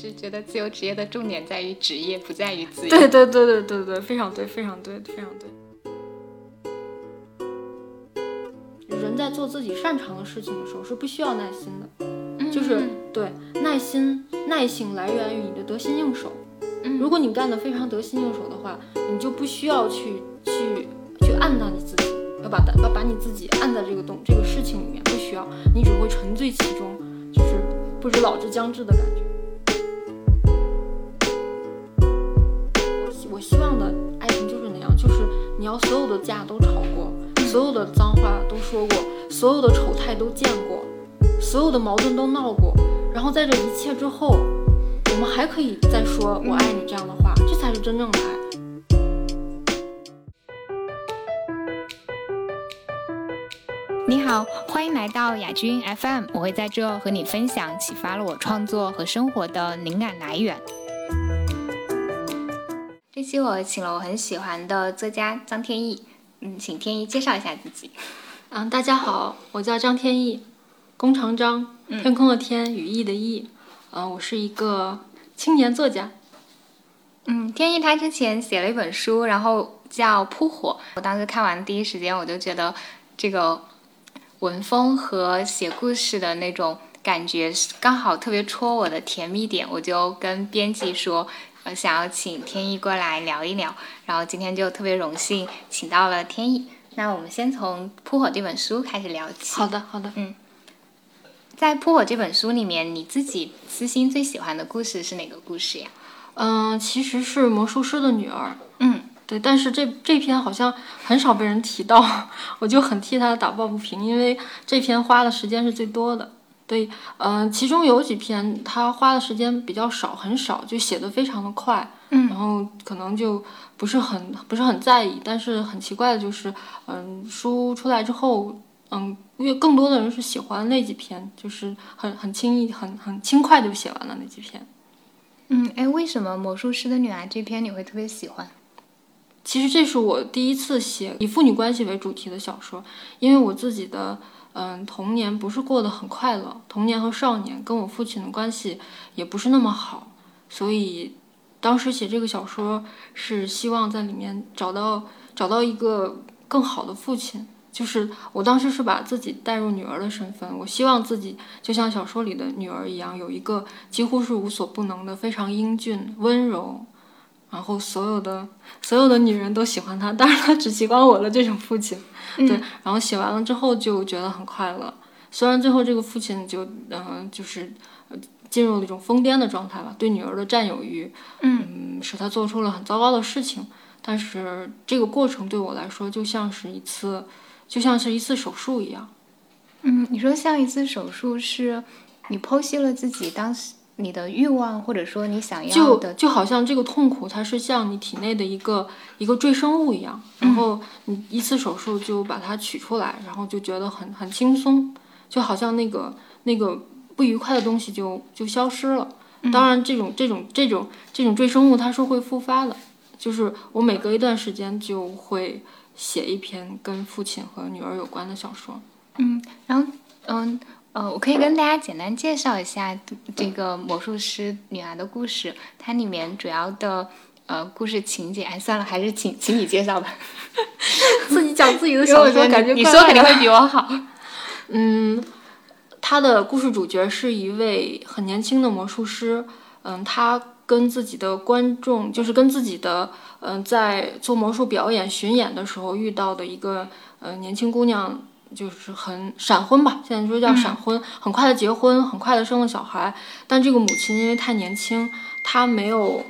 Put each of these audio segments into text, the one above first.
是觉得自由职业的重点在于职业，不在于自由。 对对对对对对，非常对，非常对，非常对。人在做自己擅长的事情的时候是不需要耐心的，就是对耐性来源于你的得心应手。如果你干得非常得心应手的话，你就不需要去按捺你自己，要把你自己按在这个事情里面，不需要，你只会沉醉其中，就是不知老之将至的感觉。我希望的爱情就是那样，就是你要所有的架都吵过，所有的脏话都说过，所有的丑态都见过，所有的矛盾都闹过，然后在这一切之后，我们还可以再说我爱你这样的话，这才是真正的爱。 你好，欢迎来到雅君 FM， 我会在这和你分享启发了我创作和生活的灵感来源。这期我请了我很喜欢的作家张天翼，请天翼介绍一下自己。 大家好，我叫张天翼，弓长张，天空的天，羽翼的翼。我是一个青年作家。 天翼他之前写了一本书，然后叫《扑火》。我当时看完第一时间，我就觉得这个文风和写故事的那种感觉刚好特别戳我的甜蜜点，我就跟编辑说想要请天翼过来聊一聊，然后今天就特别荣幸请到了天翼。那我们先从《扑火》这本书开始聊起。 好的。 在《扑火》这本书里面，你自己私心最喜欢的故事是哪个故事呀？ 其实是魔术师的女儿。对，但是这篇好像很少被人提到，我就很替他打抱不平，因为这篇花的时间是最多的。对，其中有几篇他花的时间比较少，很少，就写得非常的快，然后可能就不是很在意。但是很奇怪的就是，书出来之后，越更多的人是喜欢那几篇，就是很轻易、很轻快就写完了那几篇。 为什么魔术师的女儿这篇你会特别喜欢？ 其实这是我第一次写以父女关系为主题的小说，因为我自己的童年不是过得很快乐，童年和少年跟我父亲的关系也不是那么好，所以当时写这个小说是希望在里面找到一个更好的父亲。就是我当时是把自己带入女儿的身份，我希望自己就像小说里的女儿一样，有一个几乎是无所不能的、非常英俊、温柔，然后所有的女人都喜欢他，当然他只喜欢我的这种父亲。对，然后写完了之后就觉得很快乐。虽然最后这个父亲就是进入了一种疯癫的状态吧，对女儿的占有欲，使他做出了很糟糕的事情。但是这个过程对我来说就像是一次手术一样。 你说像一次手术，是你剖析了自己当时你的欲望，或者说你想要的， 就好像这个痛苦它是像你体内的一个赘生物一样，然后你一次手术就把它取出来，然后就觉得很轻松，就好像那个不愉快的东西就消失了。当然这种赘生物它是会复发的，就是我每隔一段时间就会写一篇跟父亲和女儿有关的小说。 然后我可以跟大家简单介绍一下这个魔术师女儿的故事，它里面主要的故事情节，算了，还是请你介绍吧。 自己讲自己的小说，感觉你说肯定会比我好。 他的故事主角是一位很年轻的魔术师，他跟自己的观众，就是跟自己的在做魔术表演巡演的时候遇到的一个年轻姑娘，就是很闪婚吧，现在说叫闪婚，很快的结婚，很快的生了小孩。但这个母亲因为太年轻，她没有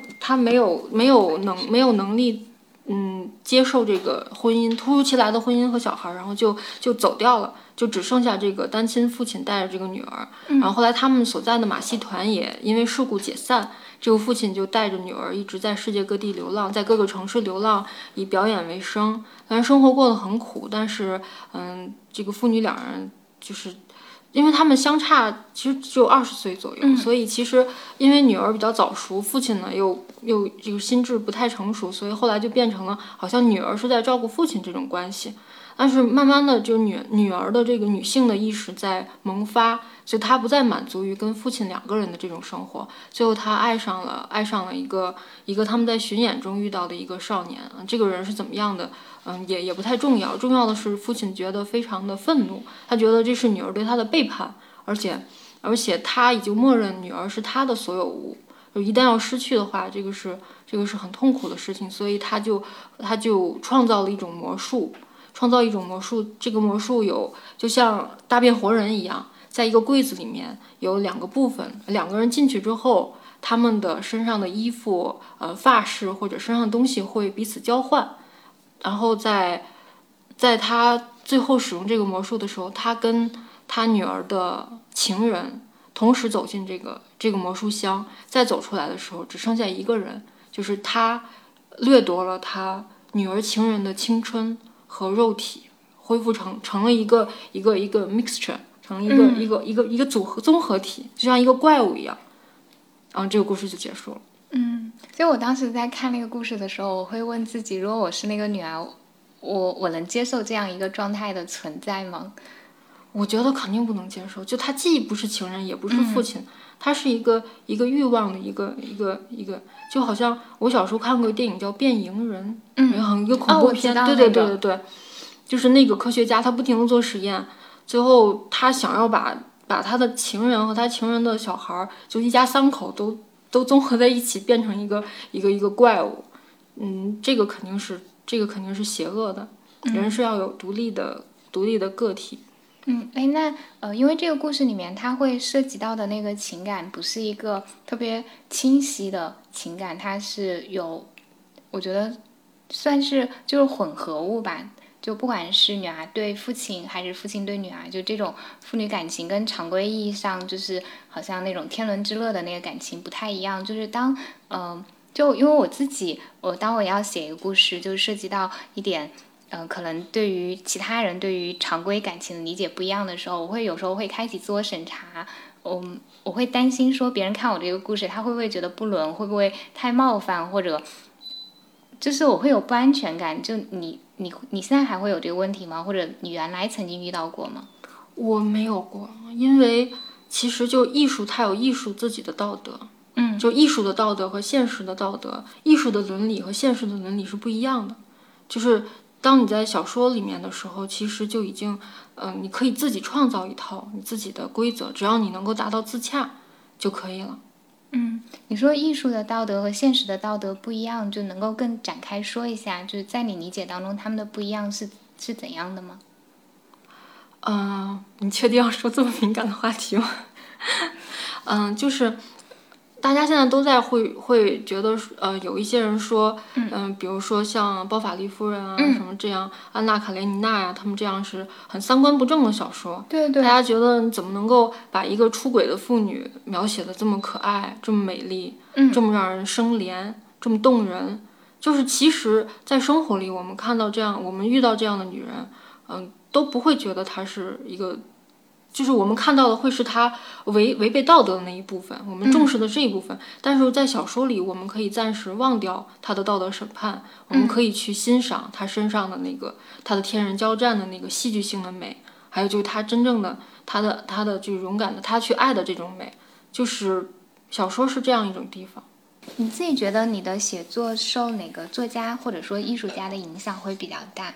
能力接受这个婚姻，突如其来的婚姻和小孩，然后就走掉了，就只剩下这个单亲父亲带着这个女儿。然后后来他们所在的马戏团也因为事故解散，这个父亲就带着女儿一直在世界各地流浪，在各个城市流浪，以表演为生。虽然生活过得很苦，但是这个父女两人就是因为他们相差其实只有20岁左右，所以其实因为女儿比较早熟，父亲呢又这个心智不太成熟，所以后来就变成了好像女儿是在照顾父亲这种关系。 但是慢慢的就女儿的这个女性的意识在萌发，所以她不再满足于跟父亲2个人的这种生活，最后她爱上了一个他们在巡演中遇到的一个少年，这个人是怎么样的，也不太重要，重要的是父亲觉得非常的愤怒，他觉得这是女儿对他的背叛，而且他已经默认女儿是他的所有物，就一旦要失去的话，这个是很痛苦的事情，所以他就创造了一种魔术。这个魔术就像大变活人一样，在一个柜子里面有2个部分，2个人进去之后，他们的身上的衣服、发饰或者身上的东西会彼此交换，然后在他最后使用这个魔术的时候，他跟他女儿的情人同时走进这个魔术箱，再走出来的时候只剩下1个人，就是他掠夺了他女儿情人的青春和肉体，恢复成了一个 mixture， 成了一个组合综合体，就像一个怪物一样，然后这个故事就结束了。 所以我当时在看那个故事的时候，我会问自己，如果我是那个女儿，我能接受这样一个状态的存在吗？ 我觉得肯定不能接受，就他既不是情人，也不是父亲，他是一个欲望的一个，就好像我小时候看过电影叫《变蝇人》，一个恐怖片，对，就是那个科学家他不停的做实验，最后他想要把他的情人和他情人的小孩，就一家3口都综合在一起，变成一个怪物。这个肯定是邪恶的，人是要有独立的个体。 因为这个故事里面它会涉及到的那个情感不是一个特别清晰的情感，它是有，我觉得算是就是混合物吧，就不管是女儿对父亲还是父亲对女儿，就这种父女感情跟常规意义上就是好像那种天伦之乐的那个感情不太一样，就是就因为我自己当我要写一个故事，就涉及到一点可能对于其他人对于常规感情的理解不一样的时候，我有时候会开启自我审查，我会担心说别人看我这个故事他会不会觉得不伦，会不会太冒犯，或者就是我会有不安全感。就你现在还会有这个问题吗？或者你原来曾经遇到过吗？ 我没有过，因为其实就艺术它有艺术自己的道德，就艺术的道德和现实的道德，艺术的伦理和现实的伦理是不一样的。就是当你在小说里面的时候，其实就已经你可以自己创造一套你自己的规则，只要你能够达到自洽就可以了。 你说艺术的道德和现实的道德不一样，就能够更展开说一下，就是在你理解当中他们的不一样是怎样的吗？ 你确定要说这么敏感的话题吗？就是大家现在都在会觉得有一些人说比如说像包法利夫人啊什么这样，安娜卡列尼娜呀他们这样是很三观不正的小说。 对， 大家觉得你怎么能够把一个出轨的妇女描写的这么可爱，这么美丽，这么让人生怜，这么动人？就是其实在生活里我们看到这样，我们遇到这样的女人都不会觉得她是一个，就是我们看到的会是她违背道德的那一部分，我们重视的这一部分。但是在小说里我们可以暂时忘掉她的道德审判，我们可以去欣赏她身上的那个她的天人交战的那个戏剧性的美，还有就是她真正的她的就是勇敢的她去爱的这种美，就是小说是这样一种地方。 你自己觉得你的写作受哪个作家或者说艺术家的影响会比较大？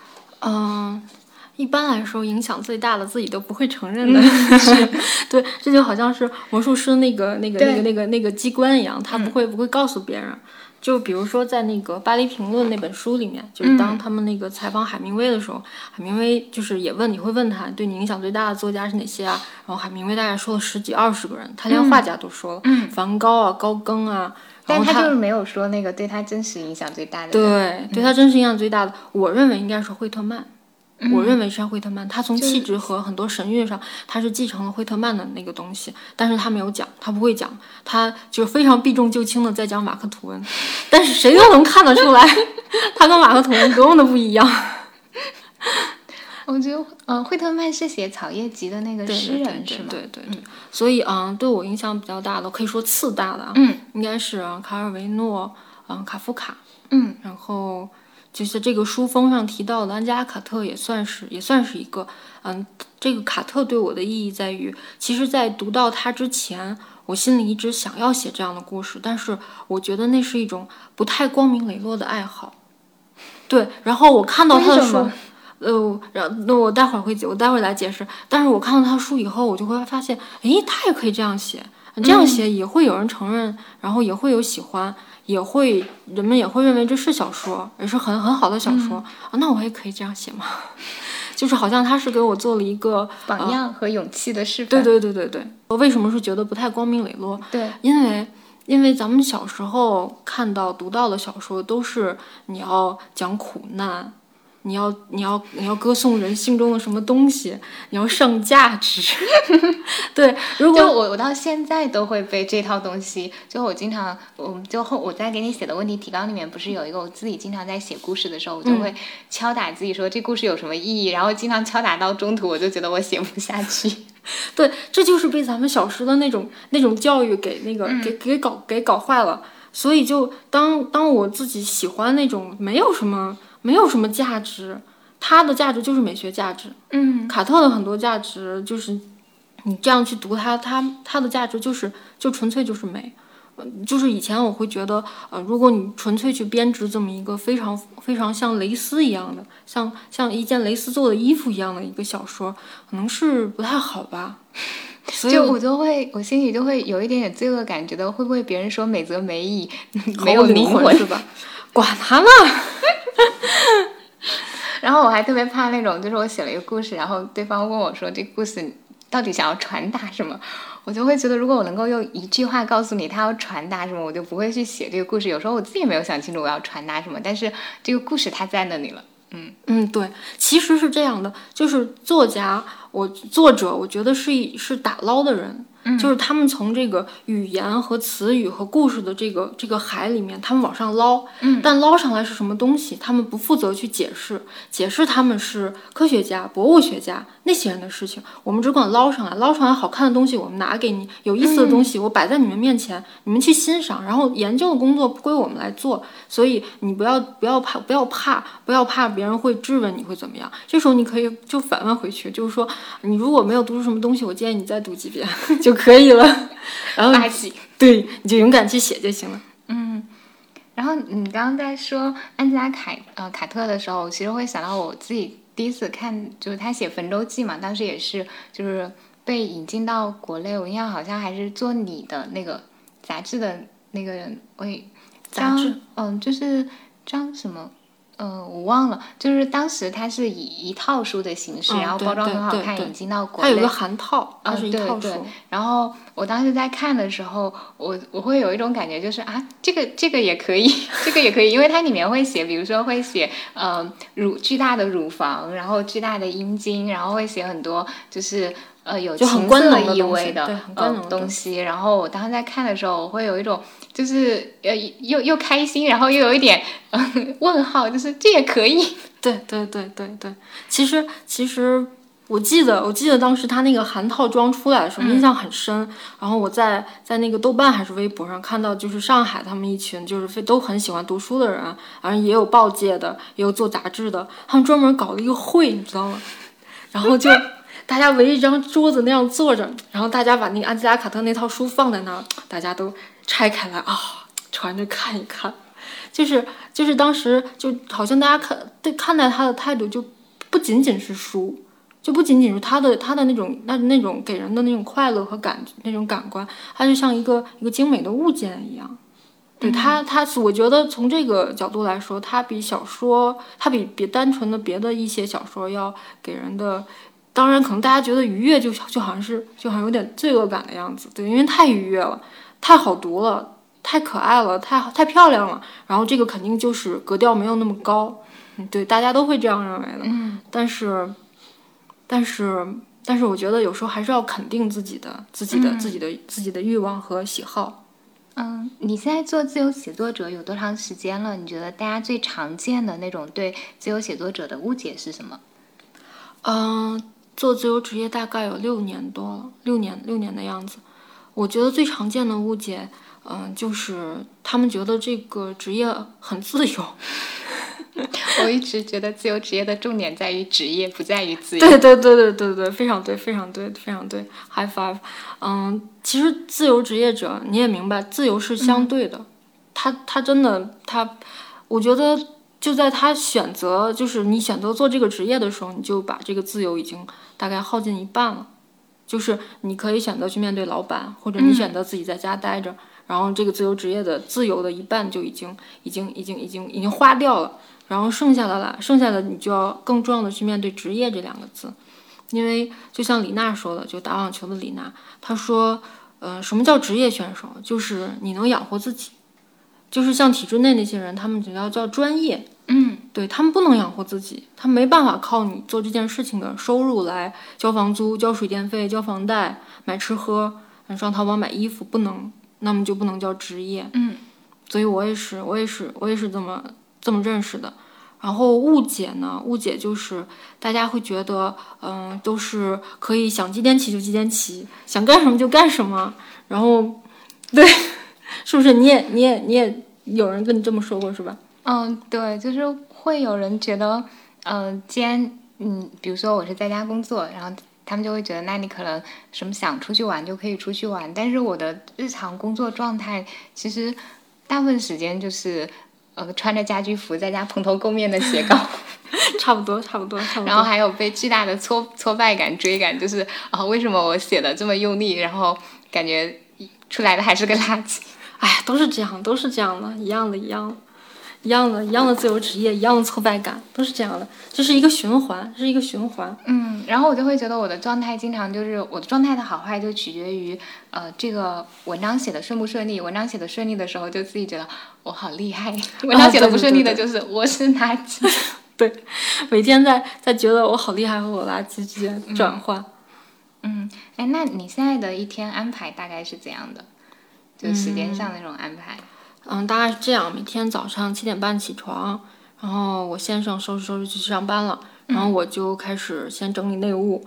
一般来说影响最大的自己都不会承认的。对，这就好像是魔术师那个机关一样，他不会告诉别人。就比如说在那个《巴黎评论》那本书里面，就是当他们那个采访海明威的时候，海明威就是也问，你会问他对你影响最大的作家是哪些啊？然后海明威大概说了10几20个人，他连画家都说了，梵高啊、高更啊。 但他就是没有说那个对他真实影响最大的。 对他真实影响最大的，我认为应该是惠特曼。我认为是惠特曼，他从气质和很多神韵上，他是继承了惠特曼的那个东西，但是他没有讲，他不会讲，他就非常避重就轻的在讲马克吐温，但是谁都能看得出来，他跟马克吐温多么的不一样。 我觉得惠特曼是写《草叶集》的那个诗人，是吗？ 对，所以对我影响比较大的，可以说次大的，应该是卡尔维诺，卡夫卡，然后就是这个书封上提到的安吉拉·卡特也算是一个，这个卡特对我的意义在于，其实在读到他之前，我心里一直想要写这样的故事，但是我觉得那是一种不太光明磊落的爱好。对，然后我看到他的书，那我待会儿来解释。但是我看到他的书以后，我就会发现，诶，他也可以这样写，这样写也会有人承认，然后也会有喜欢，人们也会认为这是小说，也是很好的小说那我也可以这样写吗？就是好像他是给我做了一个榜样和勇气的示范。 对，我为什么是觉得不太光明磊落？ 对， 因为咱们小时候读到的小说都是你要讲苦难，你要歌颂人性中的什么东西，你要上价值。对，如果就我到现在都会背这套东西。就我经常，我在给你写的问题提纲里面，不是有一个我自己经常在写故事的时候，我就会敲打自己说这故事有什么意义，然后经常敲打到中途，我就觉得我写不下去。 对，这就是被咱们小时的那种教育给给搞坏了。所以就当我自己喜欢那种没有什么价值，它的价值就是美学价值。卡特的很多价值就是你这样去读它的价值就纯粹就是美。就是以前我会觉得，如果你纯粹去编织这么一个非常非常像蕾丝一样的，像一件蕾丝做的衣服一样的一个小说，可能是不太好吧。所以我心里就会有一点点罪恶感，觉得会不会别人说美则美矣， 没有灵魂是吧？管他呢。 然后我还特别怕那种，就是我写了一个故事，然后对方问我说这个故事到底想要传达什么，我就会觉得如果我能够用一句话告诉你他要传达什么，我就不会去写这个故事。有时候我自己也没有想清楚我要传达什么，但是这个故事它在那里了。 对，其实是这样的，就是作者，我觉得是打捞的人。就是他们从这个语言和词语和故事的这个海里面，他们往上捞，但捞上来是什么东西，他们不负责去解释他们是科学家、博物学家那些人的事情，我们只管捞上来好看的东西，我们拿给你，有意思的东西我摆在你们面前，你们去欣赏，然后研究的工作归我们来做，所以你不要怕别人会质问你会怎么样，这时候你可以就反问回去，就是说你如果没有读出什么东西，我建议你再读几遍就可以了，然后对，你就勇敢去写就行了。 然后你刚刚在说安吉拉卡特的时候，其实会想到我自己第一次看，就是他写《焚舟记》嘛，当时也是就是被引进到国内，我印象好像还是做你的那个杂志的那个人， 杂志， 就是张什么。我忘了，就是当时它是以一套书的形式，然后包装很好看，引进到国内。 它有一个函套，它是一套书。 对。然后我当时在看的时候，我会有一种感觉，就是这个也可以，这个也可以，因为它里面会写，比如说会写巨大的乳房，然后巨大的阴茎，然后会写很多就是有情色意味的东西。然后我当时在看的时候，我会有一种就是又开心，然后又有一点问号，就是这也可以。 对。其实我记得当时他那个函套装出来的时候，印象很深。然后我在那个豆瓣还是微博上看到，就是上海他们一群就是都很喜欢读书的人，然后也有报界的，也有做杂志的，他们专门搞了一个会，你知道吗？然后就大家围一张桌子那样坐着，然后大家把那个安吉拉·卡特那套书放在那儿，大家都拆开来传着看一看。就是当时就好像大家看待他的态度就不仅仅是书，就不仅仅是他的那种给人的那种快乐和那种感官，它就像一个精美的物件一样。对他我觉得从这个角度来说，他比单纯的别的一些小说要给人的，当然可能大家觉得愉悦就好像有点罪恶感的样子，对，因为太愉悦了，太好读了。太可爱了，太漂亮了，然后这个肯定就是格调没有那么高，对，大家都会这样认为的。但是我觉得有时候还是要肯定自己的欲望和喜好。 你现在做自由写作者有多长时间了？你觉得大家最常见的那种对自由写作者的误解是什么？ 做自由职业大概有6年多了，6年的样子。我觉得最常见的误解。就是他们觉得这个职业很自由。 我一直觉得自由职业的重点在于职业，不在于自由。 对，非常对，非常对，非常对 ，high five。其实自由职业者你也明白，自由是相对的，他真的我觉得就在他选择，就是你选择做这个职业的时候，你就把这个自由已经大概耗尽一半了。就是你可以选择去面对老板，或者你选择自己在家待着，然后这个自由职业的自由的一半就已经花掉了，然后剩下的你就要更重要的去面对职业这两个字。因为就像李娜说的，就打网球的李娜，她说什么叫职业选手，就是你能养活自己，就是像体制内那些人，他们只要叫专业，对，他们不能养活自己，他们没办法靠你做这件事情的收入来交房租、交水电费、交房贷、买吃喝，上淘宝买衣服，不能，那么就不能叫职业。所以我也是这么认识的。然后误解呢？误解就是大家会觉得，都是可以想几点起就几点起，想干什么就干什么。然后，对，是不是？你也有人跟你这么说过是吧？ 对，就是会有人觉得，既然比如说我是在家工作，然后他们就会觉得，那你可能什么想出去玩就可以出去玩。但是我的日常工作状态，其实大部分时间就是穿着家居服在家蓬头垢面的写稿， 差不多。 然后还有被巨大的挫败感追赶，就是为什么我写的这么用力，然后感觉出来的还是个垃圾。 哎，都是这样的，一样的自由职业，一样的挫败感，都是这样的，这是一个循环。 然后我就会觉得我的状态经常就是我的状态的好坏就取决于这个文章写的顺不顺利。文章写的顺利的时候，就自己觉得我好厉害；文章写的不顺利的，就是我是垃圾。 对，每天在觉得我好厉害和我垃圾之间转换。 那你现在的一天安排大概是怎样的？就时间上那种安排？ 大概是这样，每天早上7点半起床，然后我先生收拾就去上班了，然后我就开始先整理内务，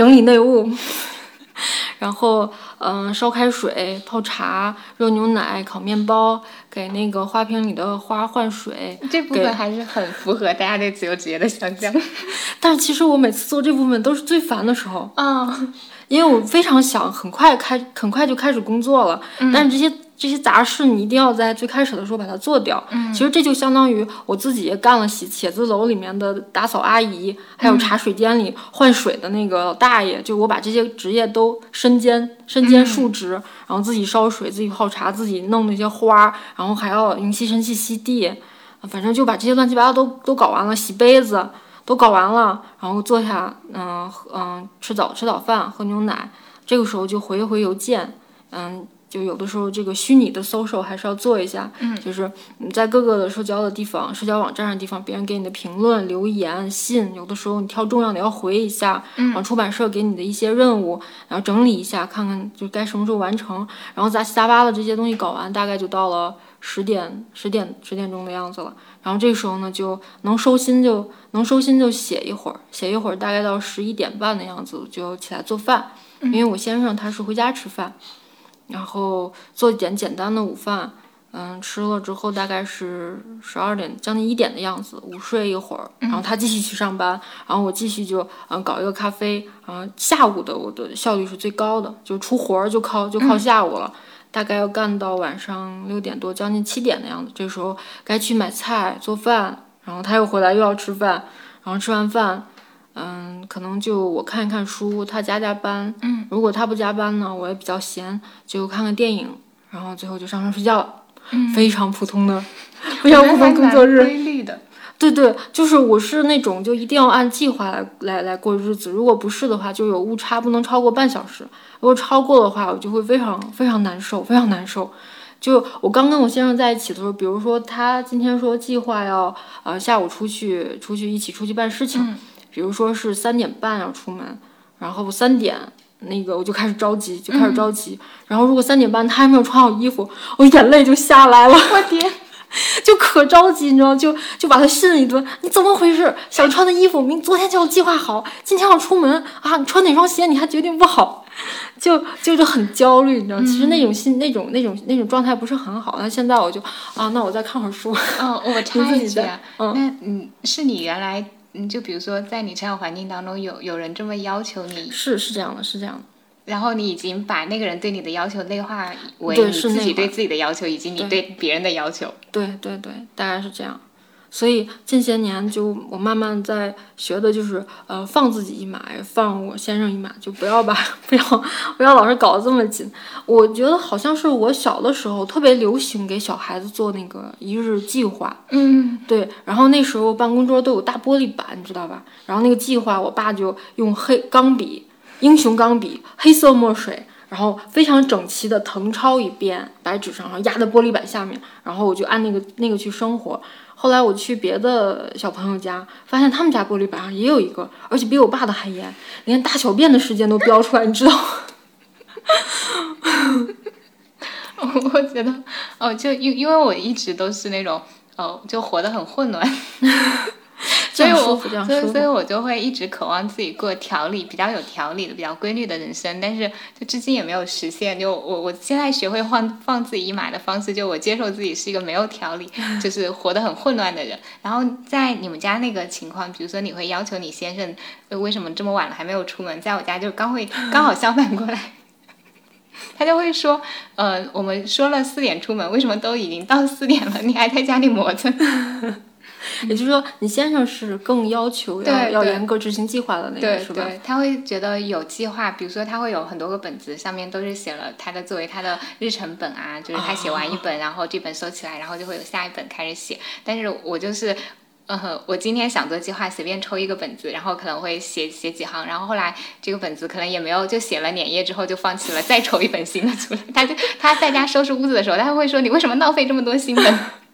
然后烧开水、泡茶、热牛奶、烤面包，给那个花瓶里的花换水。 这部分还是很符合大家对自由职业的想象。 但是其实我每次做这部分都是最烦的时候因为我非常想很快就开始工作了，但是这些杂事你一定要在最开始的时候把它做掉。其实这就相当于我自己也干了写字楼里面的打扫阿姨，还有茶水间里换水的那个老大爷，就我把这些职业都身兼数职，然后自己烧水、自己泡茶、自己弄那些花，然后还要用吸尘器吸地，反正就把这些乱七八糟都搞完了，洗杯子都搞完了，然后坐下吃早饭，喝牛奶。这个时候就回一回邮件，就有的时候这个虚拟的 social 还是要做一下，就是你在各个的社交网站上的地方，别人给你的评论、留言、信，有的时候你挑重要的要回一下，然后出版社给你的一些任务，然后整理一下，看看就该什么时候完成，然后杂七杂八的这些东西搞完，大概就到了10点钟的样子了。然后这个时候呢，就能收心就写一会儿，大概到11点半的样子就起来做饭，因为我先生他是回家吃饭。然后做一点简单的午饭，吃了之后大概是12点将近1点的样子，午睡一会儿，然后他继续去上班，然后我继续就搞一个咖啡，下午的我的效率是最高的，就出活就靠下午了，大概要干到晚上6点多将近7点的样子，这时候该去买菜做饭，然后他又回来又要吃饭，然后吃完饭可能就我看一看书，他加班。如果他不加班呢，我也比较闲，就看看电影，然后最后就上床睡觉了。非常普通的工作日。 规律的。 对，就是我是那种就一定要按计划来过日子，如果不是的话，就有误差，不能超过半小时。如果超过的话，我就会非常非常难受，非常难受。就我刚跟我先生在一起的时候，比如说他今天说计划要下午一起出去办事情。比如说是3点半要出门，然后3点那个我就开始着急，然后如果3点半他还没有穿好衣服，我眼泪就下来了， 我天， 就可着急，你知道，就把他训一顿，你怎么回事？想穿的衣服昨天就要计划好，今天要出门啊，你穿哪双鞋你还决定不好？ 就很焦虑，你知道，其实那种状态不是很好。那现在我就那我再看会儿书。 我插一句啊，那是你原来就比如说在你成长环境当中有人这么要求你， 是这样的。 然后你已经把那个人对你的要求内化为你自己对自己的要求，以及你对别人的要求。 对，大概是这样。所以近些年就我慢慢在学的就是放自己一马，也放我先生一马，就不要老是搞得这么紧。我觉得好像是我小的时候特别流行给小孩子做那个一日计划，对，然后那时候办公桌都有大玻璃板，你知道吧？然后那个计划我爸就用英雄钢笔黑色墨水，然后非常整齐的誊抄一遍白纸上，然后压在玻璃板下面，然后我就按那个去生活。后来我去别的小朋友家，发现他们家玻璃板上也有一个，而且比我爸的还严，连大小便的时间都标出来，你知道？ 我觉得就因为我一直都是那种就活得很混乱。所以我就会一直渴望自己过比较有条理的、比较规律的人生，但是就至今也没有实现。就我现在学会放自己一马的方式，就我接受自己是一个没有条理，就是活得很混乱的人。然后在你们家那个情况，比如说你会要求你先生为什么这么晚了还没有出门，在我家就刚好相反过来。他就会说我们说了4点出门，为什么都已经到4点了，你还在家里磨蹭？ 也就是说，你先生是更要求要严格执行计划的那个，是吧？ 对，他会觉得有计划，比如说他会有很多个本子，上面都是写了作为他的日程本啊，就是他写完一本，然后这本收起来，然后就会有下一本开始写。但是我就是我今天想做计划，随便抽一个本子，然后可能会写几行，然后后来这个本子可能也没有，就写了碾页之后就放弃了，再抽一本新的出来。他在家收拾屋子的时候，他会说你为什么浪费这么多新本？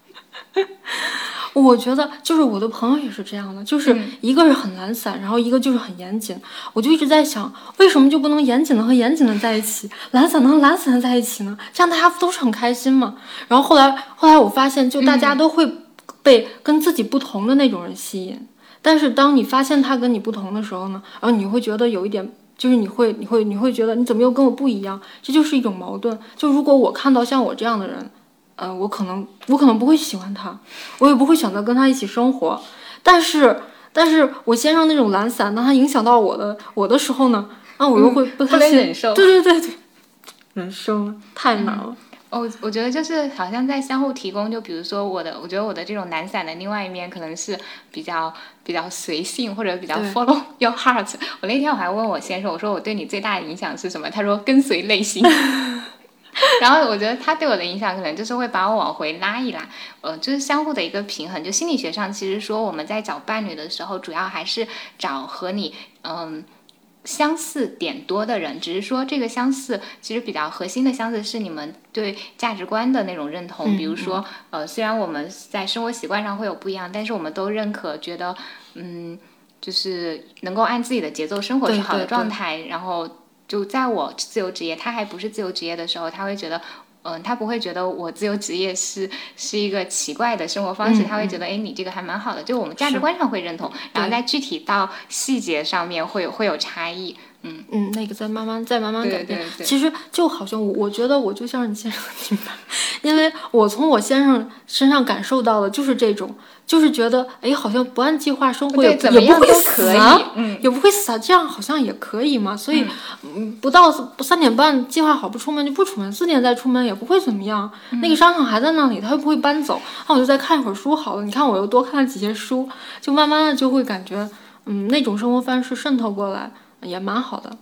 我觉得就是我的朋友也是这样的，就是一个是很懒散，然后一个就是很严谨。我就一直在想，为什么就不能严谨的和严谨的在一起，懒散的和懒散的在一起呢？这样大家都是很开心嘛。然后后来我发现，就大家都会被跟自己不同的那种人吸引。但是当你发现他跟你不同的时候呢，然后你会觉得有一点，就是你会觉得你怎么又跟我不一样？这就是一种矛盾。就如果我看到像我这样的人。我可能不会喜欢他，我也不会选择跟他一起生活。但是我先生那种懒散，当他影响到我的时候呢，我又会不太忍受。 对，人生太难了。 我觉得就是好像在相互提供，就比如说我觉得我的这种懒散的另外一面，可能是比较随性或者比较 follow your heart。我那天我还问我先生，我说我对你最大的影响是什么？他说跟随内心。然后我觉得他对我的影响可能就是会把我往回拉一拉，就是相互的一个平衡。就心理学上其实说我们在找伴侣的时候，主要还是找和你相似点多的人，只是说这个相似其实比较核心的相似是你们对价值观的那种认同。比如说虽然我们在生活习惯上会有不一样，但是我们都认可觉得就是能够按自己的节奏生活是好的状态。然后就在我自由职业，他还不是自由职业的时候，他会觉得他不会觉得我自由职业是一个奇怪的生活方式，他会觉得你这个还蛮好的，就我们价值观上会认同，然后在具体到细节上面会有差异。 那个再慢慢改变。 对， 其实就好像我觉得我就像是你先生的女伴，因为我从我先生身上感受到的就是这种，就是觉得好像不按计划生活也不会死啊，也不会死啊，这样好像也可以嘛。所以不到3点半计划好不出门就不出门，4点再出门也不会怎么样。那个商场还在那里，他又不会搬走，我就再看一会儿书好了。你看我又多看了几节书，就慢慢的就会感觉那种生活方式渗透过来也蛮好的。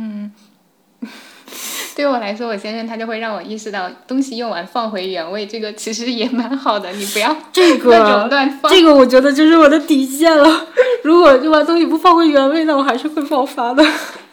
对我来说，我先生他就会让我意识到东西用完放回原位，这个其实也蛮好的，你不要这个乱放。 这个我觉得就是我的底线了。如果就把东西不放回原位，那我还是会爆发的。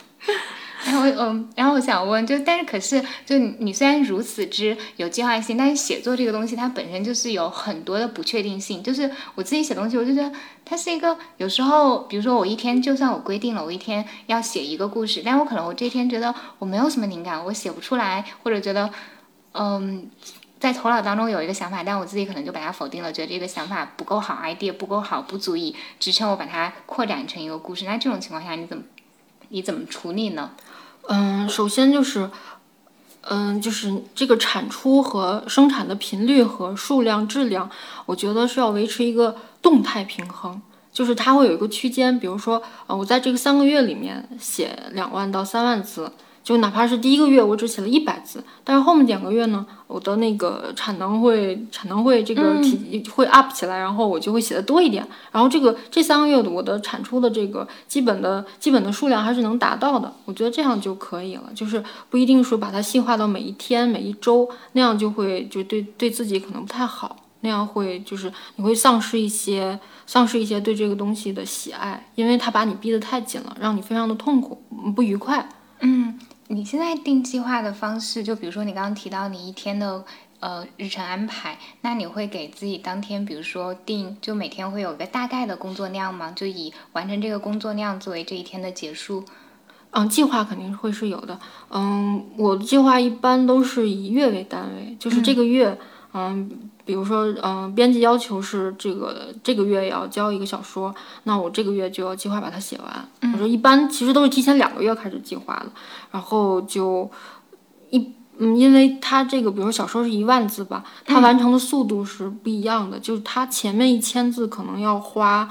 然后我想问，可是你虽然如此之有计划性，但是写作这个东西它本身就是有很多的不确定性。就是我自己写东西，我就觉得它是一个有时候，比如说我一天就算我规定了我一天要写一个故事，但我可能我这天觉得我没有什么灵感，我写不出来，或者觉得在头脑当中有一个想法，但我自己可能就把它否定了，觉得这个想法不够好 ，idea 不够好，不足以支撑我把它扩展成一个故事。那这种情况下你怎么处理呢？ 首先就是这个产出和生产的频率和数量、质量，我觉得是要维持一个动态平衡，就是它会有一个区间，比如说，我在这个3个月里面写2万到3万字，就哪怕是第1个月我只写了100字，但是后面2个月呢，我的那个产能会这个会 up 起来，然后我就会写的多一点，然后这3个月我的产出的这个基本的数量还是能达到的，我觉得这样就可以了，就是不一定说把它细化到每一天、每一周，那样就会对自己可能不太好，那样会就是你会丧失一些对这个东西的喜爱，因为它把你逼得太紧了，让你非常的痛苦、不愉快。 你现在定计划的方式，就比如说你刚刚提到你一天的日程安排，那你会给自己当天，比如说就每天会有个大概的工作量吗？就以完成这个工作量作为这一天的结束？ 计划肯定会是有的。我的计划一般都是以月为单位，就是这个月，比如说，编辑要求是这个月要交一个小说，那我这个月就要计划把它写完。我说一般其实都是提前2个月开始计划的，然后就因为它这个，比如说小说是1万字吧，它完成的速度是不一样的，就是它前面1000字可能要花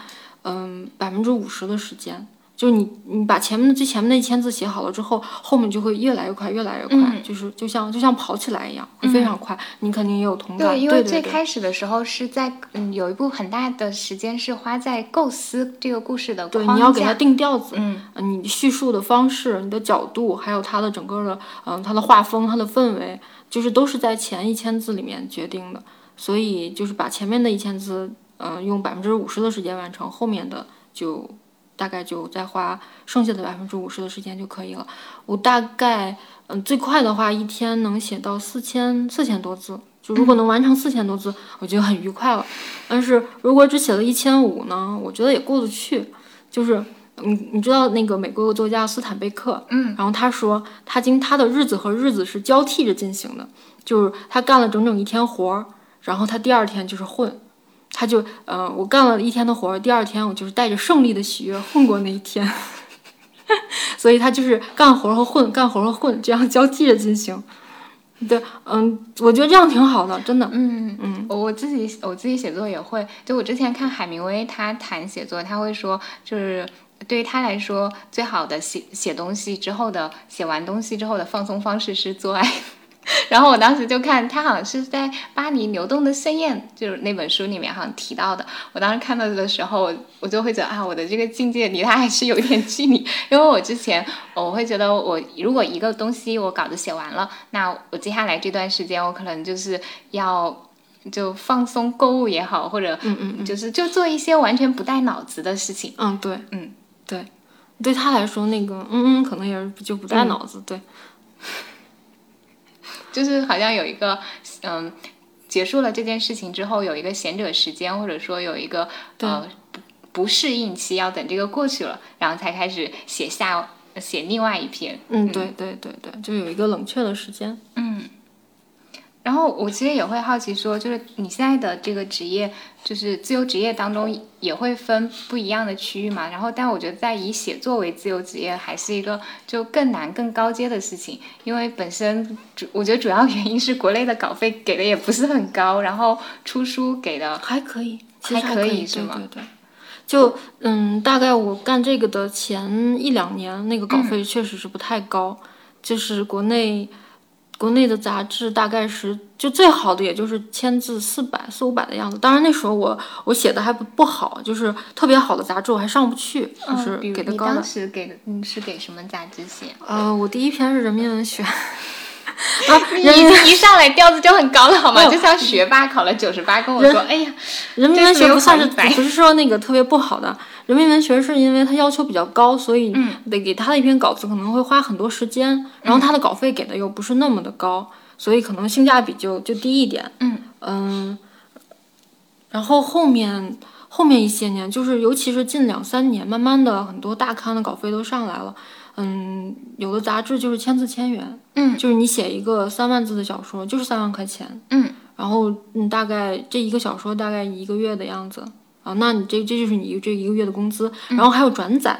50%的时间。就是你把前面的那1000字写好了之后，后面就会越来越快，越来越快，就是就像跑起来一样，会非常快。你肯定也有同感。 对，因为最开始的时候是在有一部很大的时间是花在构思这个故事的框架。 对，你要给它定调子，你叙述的方式、你的角度，还有它的整个的它的画风、它的氛围，就是都是在前1000字里面决定的。所以就是把前面的1000字用50%的时间完成，后面的大概就再花剩下的50%的时间就可以了。我大概最快的话一天能写到4000多字，就如果能完成4000多字，我觉得很愉快了。但是如果只写了1500呢，我觉得也过得去。就是你知道那个美国作家斯坦贝克，然后他说他的日子和日子是交替着进行的，就是他干了整整一天活，然后他第2天就是混。他就我干了一天的活，第2天我就是带着胜利的喜悦混过那一天，所以他就是干活和混，这样交替着进行。对，我觉得这样挺好的，真的。 我自己写作也会，就我之前看海明威他谈写作，他会说，就是对于他来说，最好的写东西之后的写完东西之后的放松方式是做爱。然后我当时就看他好像是在《巴黎流动的盛宴》就是那本书里面好像提到的，我当时看到的时候我就会觉得我的这个境界离他还是有一点距离，因为我之前我会觉得我如果一个东西我稿子写完了，那我接下来这段时间我可能就是要就放松购物也好，或者就做一些完全不带脑子的事情。 对，对他来说那个可能也是就不带脑子，对。 就是好像有一个结束了这件事情之后有一个闲者时间，或者说有一个不适应期，要等这个过去了，然后才开始写另外一篇。 对，就有一个冷却的时间。 然后我其实也会好奇说，就是你现在的这个职业，就是自由职业当中也会分不一样的区域嘛。然后，但我觉得在以写作为自由职业，还是一个就更难、更高阶的事情。因为本身我觉得主要原因是国内的稿费给的也不是很高，然后出书给的还可以， 还可以是吗？ 对。就大概我干这个的前1-2年，那个稿费确实是不太高，就是国内的杂志大概是就最好的也就是1000字400-500的样子。当然那时候我写的还不好，就是特别好的杂志我还上不去，就是给的高的。 你当时是给什么杂志写？ 我第一篇是《人民文学》。 你一上来调子就很高了好吗？就像学霸考了98跟我说，哎呀， 人民文学不算是不是说那个特别不好的，人民文学是因为它要求比较高，所以得给他的一篇稿子可能会花很多时间，然后他的稿费给的又不是那么的高，所以可能性价比就低一点。然后后面一些年，就是尤其是近2-3年，慢慢的很多大刊的稿费都上来了。有的杂志就是1000字1000元，就是你写一个3万字的小说，就是3万块钱，然后大概这一个小说大概1个月的样子啊，那你这就是你这1个月的工资，然后还有转载，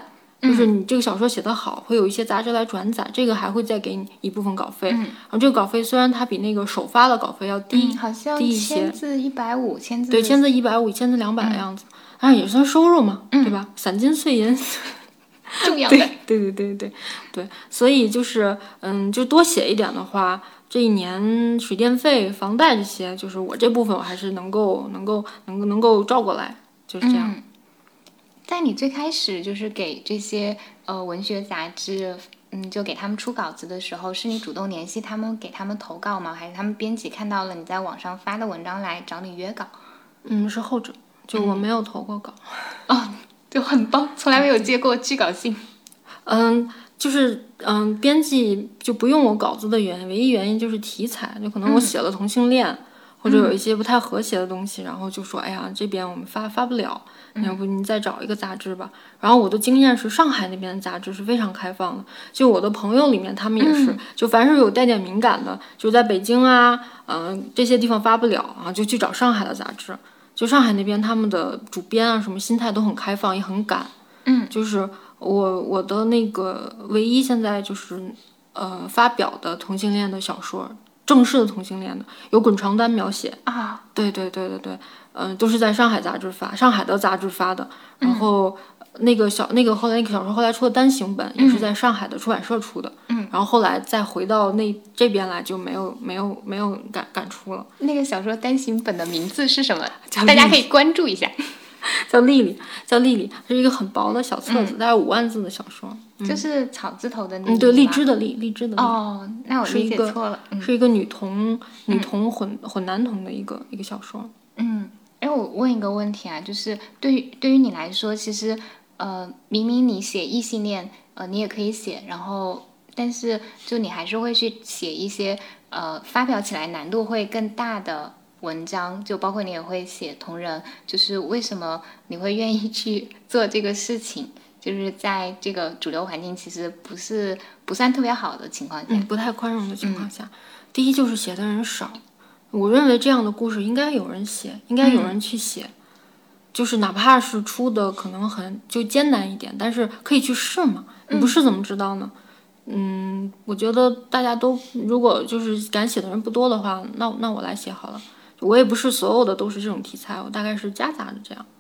就是你这个小说写得好，会有一些杂志来转载，这个还会再给你一部分稿费。然后这个稿费虽然它比那个首发的稿费要低， 好像低一些， 签字150，签字对，签字150，签字200的样子，但是也算收入嘛，对吧？散金碎银。 重要的。 对，所以就是就多写一点的话，这一年水电费、房贷这些，就是我这部分我还是能够照过来，就是这样。 在你最开始就是给这些文学杂志，就给他们出稿子的时候，是你主动联系他们给他们投稿吗？还是他们编辑看到了你在网上发的文章来找你约稿？ 是后者，就我没有投过稿。 就很棒，从来没有接过拒稿信。 就是编辑就不用我稿子的唯一原因就是题材，就可能我写了同性恋，或者有一些不太和谐的东西，然后就说哎呀这边我们发不了，要不你再找一个杂志吧。然后我的经验是上海那边的杂志是非常开放的，就我的朋友里面他们也是，就凡是有带点敏感的，就在北京啊这些地方发不了啊，就去找上海的杂志。就上海那边他们的主编啊什么心态都很开放，也很敢。就是我的那个唯一现在就是发表的同性恋的小说，正式的同性恋的有滚床单描写啊， 对，都是在上海杂志发，上海的杂志发的。然后那个小说后来出的单行本也是在上海的出版社出的。然后后来再回到这边来就没有敢出了。 那个小说单行本的名字是什么？大家可以关注一下。 叫丽丽，是一个很薄的小册子，大概5万字的小说， 就是草字头的那对，荔枝的荔。 哦，那我理解错了， 是一个女同混男同的一个小说。 我问一个问题啊，就是对于你来说，其实明明你写异性恋，你也可以写，然后但是就你还是会去写一些发表起来难度会更大的文章，就包括你也会写同人，就是为什么你会愿意去做这个事情？就是在这个主流环境其实不算特别好的情况下， 不太宽容的情况下，第一就是写的人少，我认为这样的故事应该有人写，应该有人去写，就是哪怕是出的可能就艰难一点，但是可以去试嘛，你不试怎么知道呢？我觉得大家都如果就是敢写的人不多的话，那我来写好了。我也不是所有的都是这种题材，我大概是夹杂着这样。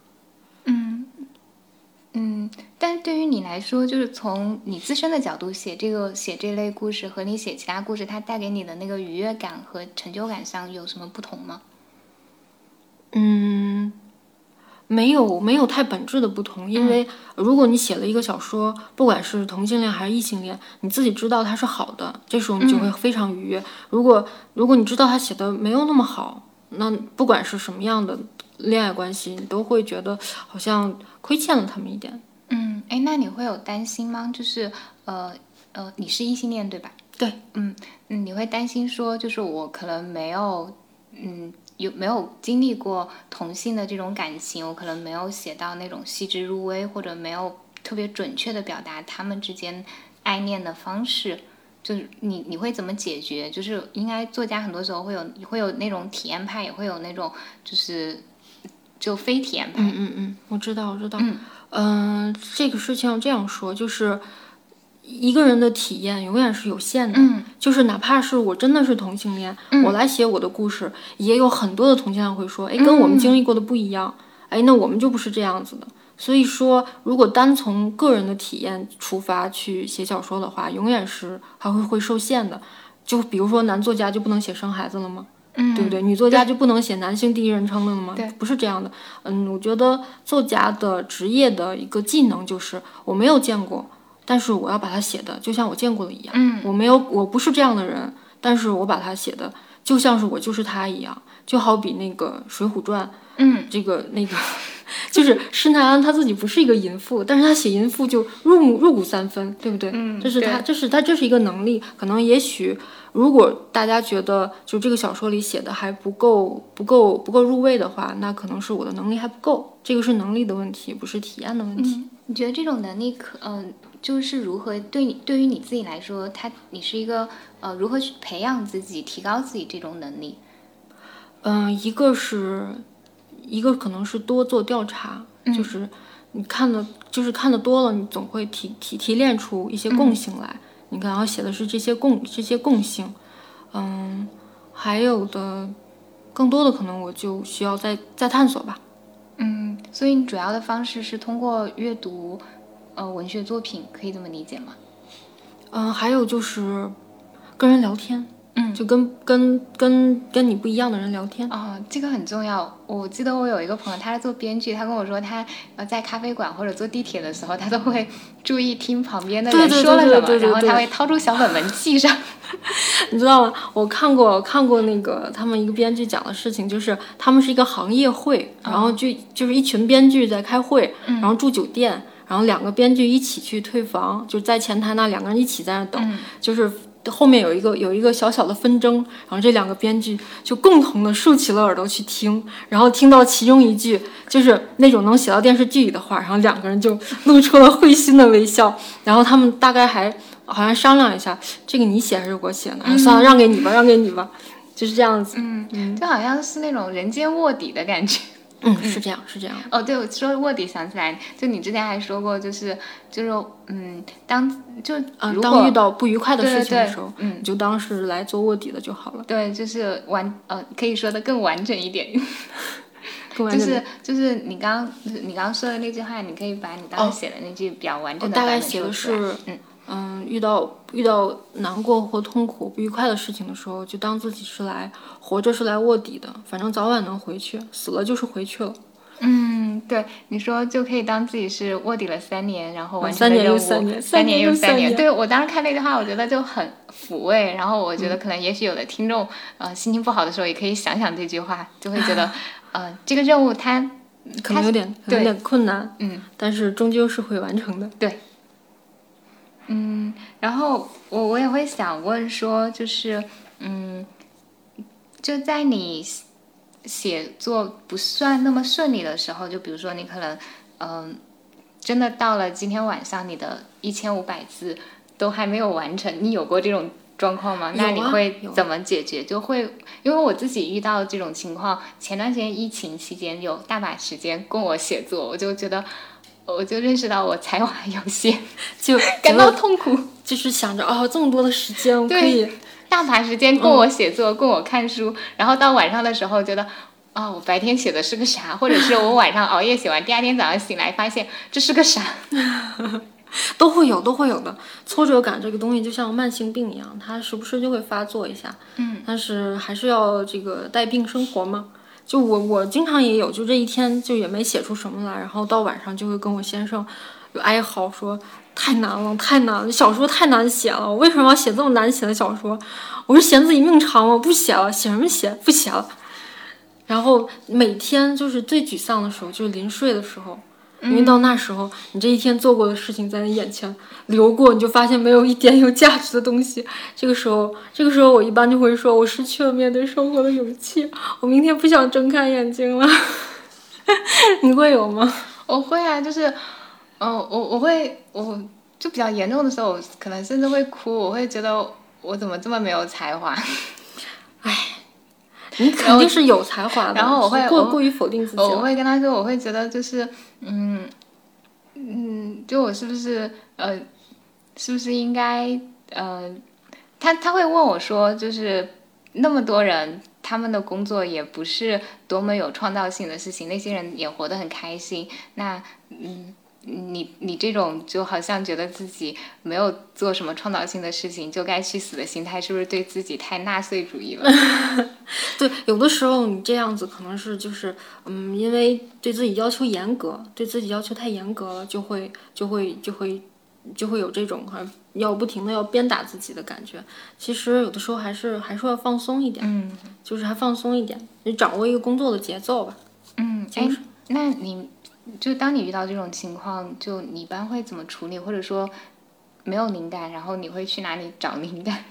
但对于你来说，就是从你自身的角度写这类故事和你写其他故事，它带给你的那个愉悦感和成就感上有什么不同吗？ 没有太本质的不同，因为如果你写了一个小说，不管是同性恋还是异性恋，你自己知道它是好的，这时候你就会非常愉悦。如果你知道他写的没有那么好，那不管是什么样的恋爱关系，你都会觉得好像亏欠了他们一点。 那你会有担心吗？就是你是异性恋对吧？ 对。 你会担心说，就是我可能没有没有经历过同性的这种感情，我可能没有写到那种细致入微，或者没有特别准确的表达他们之间爱恋的方式，就是你会怎么解决？就是应该作家很多时候会有那种体验派，也会有那种就非体验派。 我知道。这个事情要这样说，就是一个人的体验永远是有限的。就是哪怕是我真的是同性恋，我来写我的故事，也有很多的同性恋会说，跟我们经历过的不一样，那我们就不是这样子的。所以说，如果单从个人的体验出发去写小说的话，永远是还会受限的。就比如说男作家就不能写生孩子了吗？对不对？女作家就不能写男性第一人称的了吗？不是这样的。我觉得作家的职业的一个技能就是我没有见过，但是我要把它写的就像我见过的一样。我不是这样的人，但是我把它写的就像是我就是他一样。就好比那个《水浒传》，这个那个就是施耐庵他自己不是一个淫妇，但是他写淫妇就入骨三分，对不对？这是一个能力。可能也许如果大家觉得就这个小说里写的还不够入味的话，那可能是我的能力还不够，这个是能力的问题，不是体验的问题。 你觉得这种能力就是如何对于你自己来说，你是一个如何去培养自己、提高自己这种能力？一个可能是多做调查，就是你看的多了，你总会提炼出一些共性来。你看，然后写的是这些共性，还有的更多的可能我就需要再探索吧。 所以你主要的方式是通过阅读文学作品，可以这么理解吗？ 还有就是跟人聊天，就跟你不一样的人聊天。 这个很重要。我记得我有一个朋友，他是做编剧，他跟我说他在咖啡馆或者坐地铁的时候，他都会注意听旁边的人说了什么，然后他会掏出小本本记上。 你知道吗？我看过那个他们一个编剧讲的事情，就是他们是一个行业会，然后就是一群编剧在开会，然后住酒店，然后2个编剧一起去退房，就在前台那2个人一起在那等，就是后面有一个小小的纷争，然后这2个编剧就共同的竖起了耳朵去听，然后听到其中一句就是那种能写到电视剧里的话，然后2个人就露出了会心的微笑，然后他们大概还好像商量一下，这个你写还是我写呢？算了，让给你吧，就是这样子。 就好像是那种人间卧底的感觉。 是这样。 对，我说卧底想起来，就你之前还说过，就是当遇到不愉快的事情的时候，你就当是来做卧底的就好了。 对，就是可以说的更完整一点。就是你刚刚说的那句话，你可以把你当时写的那句比较完整的版本说出来。 大概写的是，遇到难过或痛苦、不愉快的事情的时候，就当自己是来活着是来卧底的，反正早晚能回去，死了就是回去了。 对，你说就可以当自己是卧底了3年，然后完成了任务 ，3年又3年。 对，我当时看那句话，我觉得就很抚慰。然后我觉得可能也许有的听众，心情不好的时候也可以想想这句话，就会觉得，这个任务它可能有点困难，但是终究是会完成的。 对。然后我也会想问说，就是就在你写作不算那么顺利的时候，就比如说你可能真的到了今天晚上，你的1500字都还没有完成，你有过这种状况吗？那你会怎么解决？就会因为我自己遇到这种情况，前段时间疫情期间有大把时间供我写作，我就觉得。我就认识到我才华有限， 就感到痛苦， 就是想着这么多的时间我可以大把时间供我写作，供我看书，然后到晚上的时候觉得我白天写的是个啥，或者是我晚上熬夜写完，第2天早上醒来发现这是个啥。 都会有的。挫折感这个东西就像慢性病一样，它时不时就会发作一下，但是还是要这个带病生活嘛。就我经常也有，就这一天就也没写出什么来，然后到晚上就会跟我先生有哀嚎说太难了，小说太难写了，我为什么要写这么难写的小说？我是嫌自己命长吗？不写了，写什么写？不写了。然后每天就是最沮丧的时候，就是临睡的时候，因为到那时候你这一天做过的事情在你眼前流过，你就发现没有一点有价值的东西。这个时候我一般就会说，我失去了面对生活的勇气，我明天不想睁开眼睛了。你会有吗？ 我会啊，就是我就比较严重的时候，我可能甚至会哭，我会觉得我怎么这么没有才华。 你肯定是有才华的， 然后我会过于否定自己。 我会跟他说，我会觉得就是就我是不是应该他会问我说，就是那么多人他们的工作也不是多么有创造性的事情，那些人也活得很开心，那你这种就好像觉得自己没有做什么创造性的事情就该去死的心态，是不是对自己太纳粹主义了？ 对，有的时候你这样子可能是就是因为对自己要求严格，对自己要求太严格了，就会有这种要不停的要鞭打自己的感觉。其实有的时候还是要放松一点，就是还放松一点，你掌握一个工作的节奏吧。 那你就当你遇到这种情况，就你一般会怎么处理？或者说没有灵感，然后你会去哪里找灵感？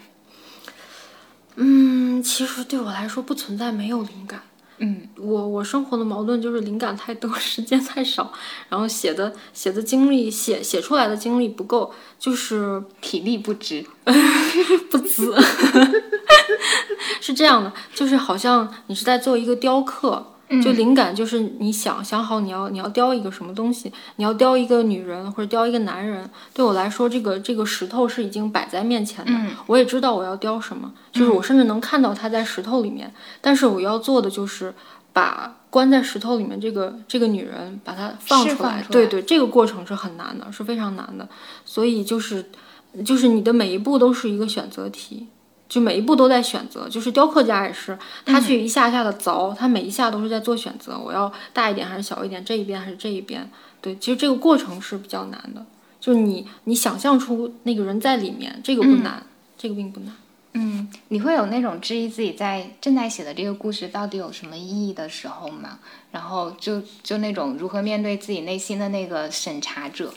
其实对我来说不存在没有灵感。我生活的矛盾就是灵感太多，时间太少，然后写的精力写出来的精力不够，就是体力不支不资。是这样的，就是好像你是在做一个雕刻， 就灵感就是你想好你要雕一个什么东西，你要雕一个女人或者雕一个男人，对我来说这个石头是已经摆在面前的，我也知道我要雕什么，就是我甚至能看到它在石头里面，但是我要做的就是把关在石头里面这个女人把它放出来，对，这个过程是很难的，是非常难的，所以就是你的每一步都是一个选择题。就每一步都在选择，就是雕刻家也是，他去一下一下的凿，他每一下都是在做选择，我要大一点还是小一点，这一边还是这一边。对，其实这个过程是比较难的，就是你想象出那个人在里面，这个不难，这个并不难。 你会有那种质疑自己正在写的这个故事到底有什么意义的时候吗？然后就那种如何面对自己内心的那个审查者？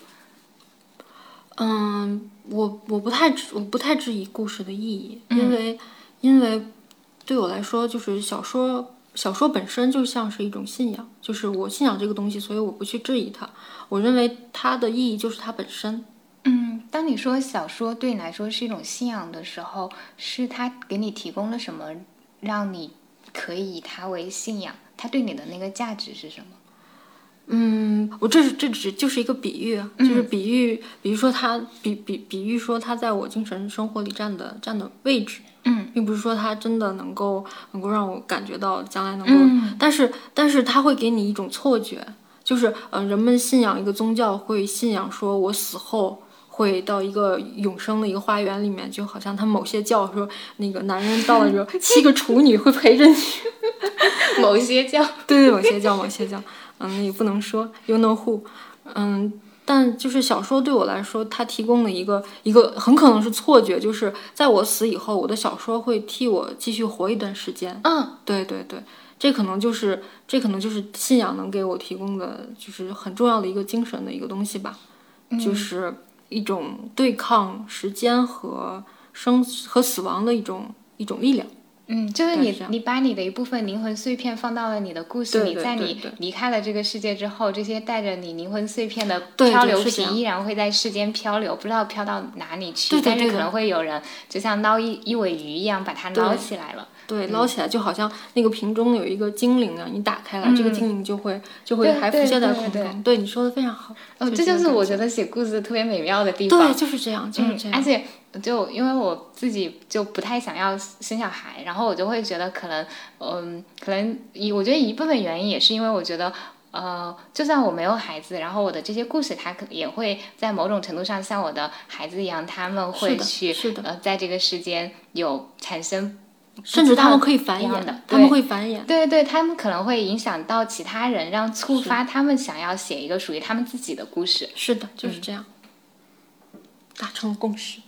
我不太质疑故事的意义，因为对我来说，就是小说本身就像是一种信仰，就是我信仰这个东西，所以我不去质疑它。我认为它的意义就是它本身。 当你说小说对你来说是一种信仰的时候，是它给你提供了什么，让你可以以它为信仰？它对你的那个价值是什么？ 我这只就是一个比喻，就是比如说他比喻说他在我精神生活里占的位置，并不是说他真的能够让我感觉到将来能够，但是他会给你一种错觉，就是人们信仰一个宗教会信仰说我死后会到一个永生的一个花园里面，就好像他某些教说那个男人到了之后7个处女会陪着你， 某些教， 对，某些教。那也不能说 you know who， 但就是小说对我来说，它提供了一个很可能是错觉，就是在我死以后，我的小说会替我继续活一段时间。对，这可能就是信仰能给我提供的，就是很重要的一个精神的一个东西吧，就是一种对抗时间和死亡的一种力量。 就是你把你的一部分灵魂碎片放到了你的故事里，在你离开了这个世界之后，这些带着你灵魂碎片的漂流瓶依然会在世间漂流，不知道飘到哪里去，但是可能会有人就像捞一尾鱼一样把它捞起来了。 对，捞起来就好像那个瓶中有一个精灵啊，你打开来，这个精灵就会还浮现在空中。对，你说的非常好。 这就是我觉得写故事特别美妙的地方。 对，就是这样。 而且因为我自己就不太想要生小孩，然后我就会觉得可能我觉得一部分原因也是因为我觉得就算我没有孩子，然后我的这些故事它也会在某种程度上像我的孩子一样，他们会去在这个世间有产生。 甚至他们可以繁衍的，他们会繁衍。 对，他们可能会影响到其他人，让触发他们想要写一个属于他们自己的故事。 是的，就是这样，达成了共识。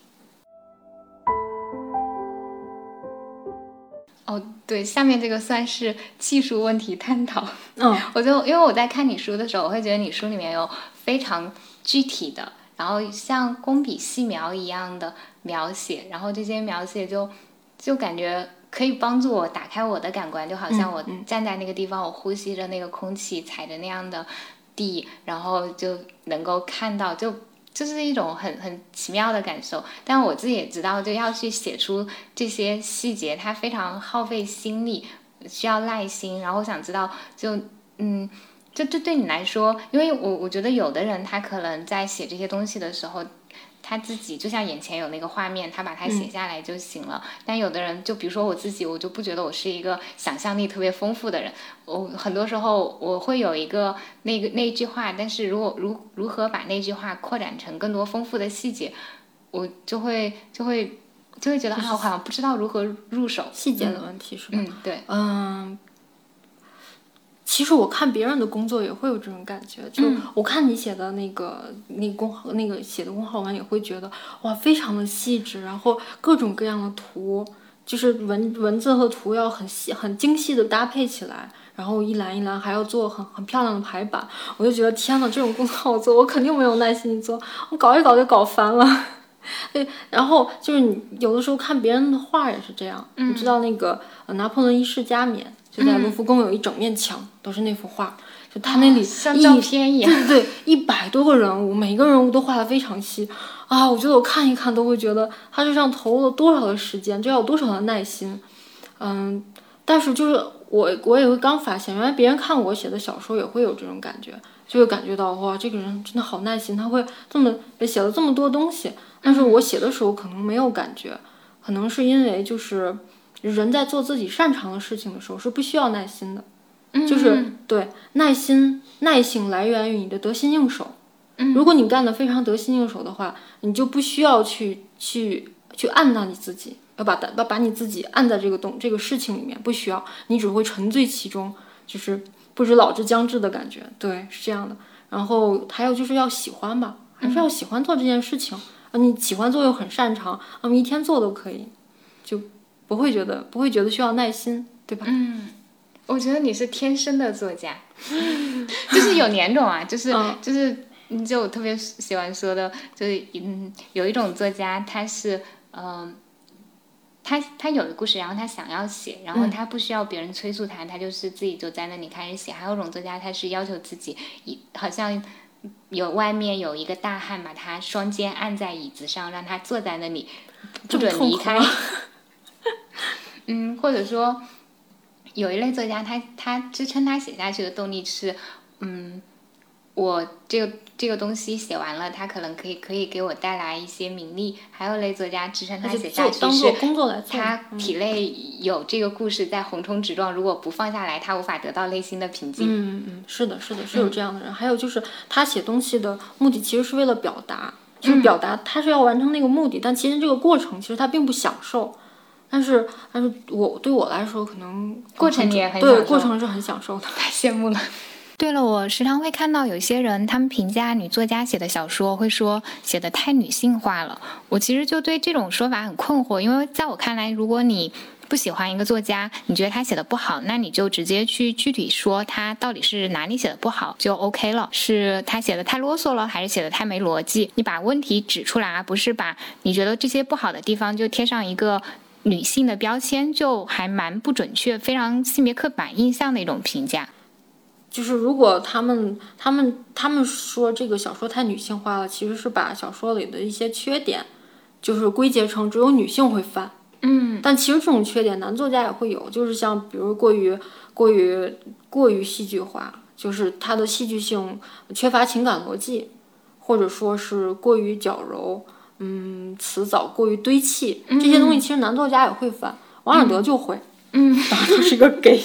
对，下面这个算是技术问题探讨。因为我在看你书的时候，我会觉得你书里面有非常具体的，然后像工笔细描一样的描写，然后这些描写就感觉可以帮助我打开我的感官，就好像我站在那个地方，我呼吸着那个空气，踩着那样的地，然后就能够看到，就是一种很奇妙的感受。但我自己也知道，就要去写出这些细节，它非常耗费心力，需要耐心。然后我想知道，就对你来说，因为我觉得有的人他可能在写这些东西的时候，他自己就像眼前有那个画面，他把它写下来就行了。但有的人，就比如说我自己，我就不觉得我是一个想象力特别丰富的人。我很多时候我会有一个那句话，但是如何把那句话扩展成更多丰富的细节，我就会觉得我好像不知道如何入手。 细节的问题是吧？ 对。 其实我看别人的工作也会有这种感觉，就我看你写的那个写的公号文也会觉得哇，非常的细致，然后各种各样的图，就是文字和图要很精细的搭配起来，然后一栏一栏还要做很漂亮的排版，我就觉得天哪，这种公号做我肯定没有耐心做，我搞一搞就搞烦了。对，然后就是你有的时候看别人的画也是这样，你知道那个拿破仑一世加冕。就在卢浮宫有一整面墙都是那幅画，就他那里像照片一样， 对，100多个人物，每个人物都画得非常细啊！我觉得我看一看都会觉得他这上投入了多少的时间，这要有多少的耐心。 但是就是我也会刚发现，原来别人看我写的小说也会有这种感觉，就会感觉到哇，这个人真的好耐心，他会写了这么多东西。但是我写的时候可能没有感觉，可能是因为就是人在做自己擅长的事情的时候是不需要耐心的，就是对耐性来源于你的得心应手。如果你干得非常得心应手的话，你就不需要去按捺你自己，要把你自己按在这个事情里面，不需要，你只会沉醉其中，就是不知老之将至的感觉。对，是这样的。然后还有就是要喜欢吧，还是要喜欢做这件事情。你喜欢做又很擅长，我们一天做都可以，就不会觉得需要耐心，对吧？ 我觉得你是天生的作家，就是有两种啊，就是我特别喜欢说的，就是有一种作家他是他有的故事，然后他想要写，然后他不需要别人催促他，他就是自己就在那里开始写。还有一种作家，他是要求自己，好像外面有一个大汉把他双肩按在椅子上，让他坐在那里不准离开。或者说有一类作家，他支撑他写下去的动力是，我这个东西写完了，它可能可以给我带来一些名利。还有类作家支撑他写下去当做工作来做， 他体内有这个故事在横冲直撞，如果不放下来，他无法得到内心的平静。 是的，是有这样的人。还有就是他写东西的目的其实是为了表达，就是表达他是要完成那个目的，但其实这个过程其实他并不享受。但是对我来说，可能过程你也很享受， 对，过程是很享受的， 太羡慕了。对了，我时常会看到有些人，他们评价女作家写的小说，会说写的太女性化了。我其实就对这种说法很困惑，因为在我看来，如果你不喜欢一个作家，你觉得他写的不好，那你就直接去具体说他到底是哪里写的不好就 OK 了。是他写的太啰嗦了，还是写的太没逻辑？你把问题指出来，而不是把你觉得这些不好的地方就贴上一个女性的标签，就还蛮不准确，非常性别刻板印象的一种评价。 就是如果他们说这个小说太女性化了，其实是把小说里的一些缺点，就是归结成只有女性会犯。但其实这种缺点男作家也会有，就是像比如过于戏剧化，就是它的戏剧性缺乏情感逻辑，或者说是过于矫揉，词藻过于堆砌，这些东西其实男作家也会犯，王尔德就会，当然他是个 gay。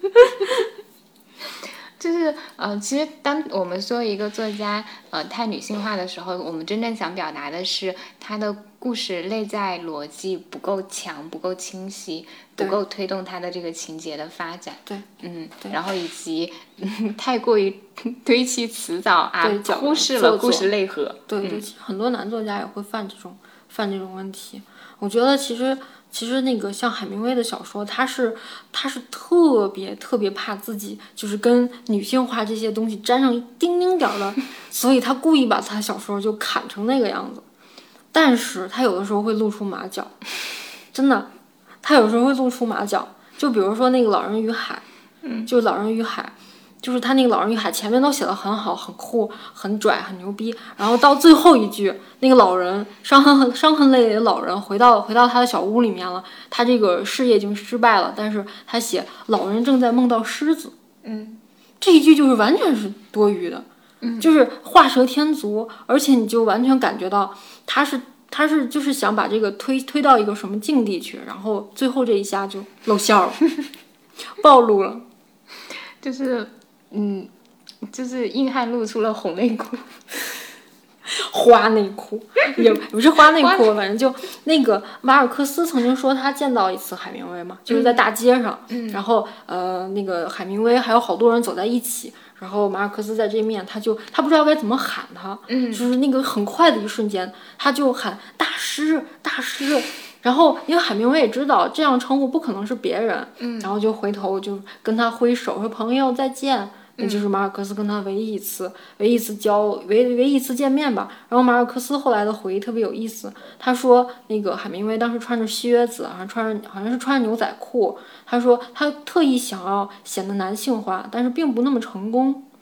就是其实当我们说一个作家太女性化的时候，我们真正想表达的是他的故事内在逻辑不够强、不够清晰、不够推动他的这个情节的发展。 对， 然后以及太过于堆砌词藻啊，忽视了故事内核。 对，很多男作家也会犯这种问题。我觉得其实那个像海明威的小说，他是特别怕自己就是跟女性化这些东西沾上一丁丁点的，所以他故意把他小说就砍成那个样子。但是他有的时候会露出马脚，真的，他有时候会露出马脚。就比如说那个《老人与海》，就是《老人与海》。就是他那个《老人与海》前面都写得很好，很酷，很拽，很牛逼，然后到最后一句，那个老人伤痕累累的老人回到他的小屋里面了，他这个事业已经失败了，但是他写老人正在梦到狮子，这一句就是完全是多余的，就是画蛇添足，而且你就完全感觉到他是就是想把这个推到一个什么境地去，然后最后这一下就露馅了，暴露了， 就是硬汉露出了红内裤， 花内裤也不是花内裤，反正就那个马尔克斯曾经说他见到一次海明威嘛，就是在大街上，然后那个海明威还有好多人走在一起，然后马尔克斯在这面，他不知道该怎么喊他，就是那个很快的一瞬间，他就喊大师大师。然后，因为海明威也知道这样称呼不可能是别人，然后就回头就跟他挥手说朋友再见，那就是马尔克斯跟他唯一一次见面吧。然后马尔克斯后来的回忆特别有意思，他说那个海明威当时穿着靴子，好像是穿着牛仔裤，他说他特意想要显得男性化，但是并不那么成功。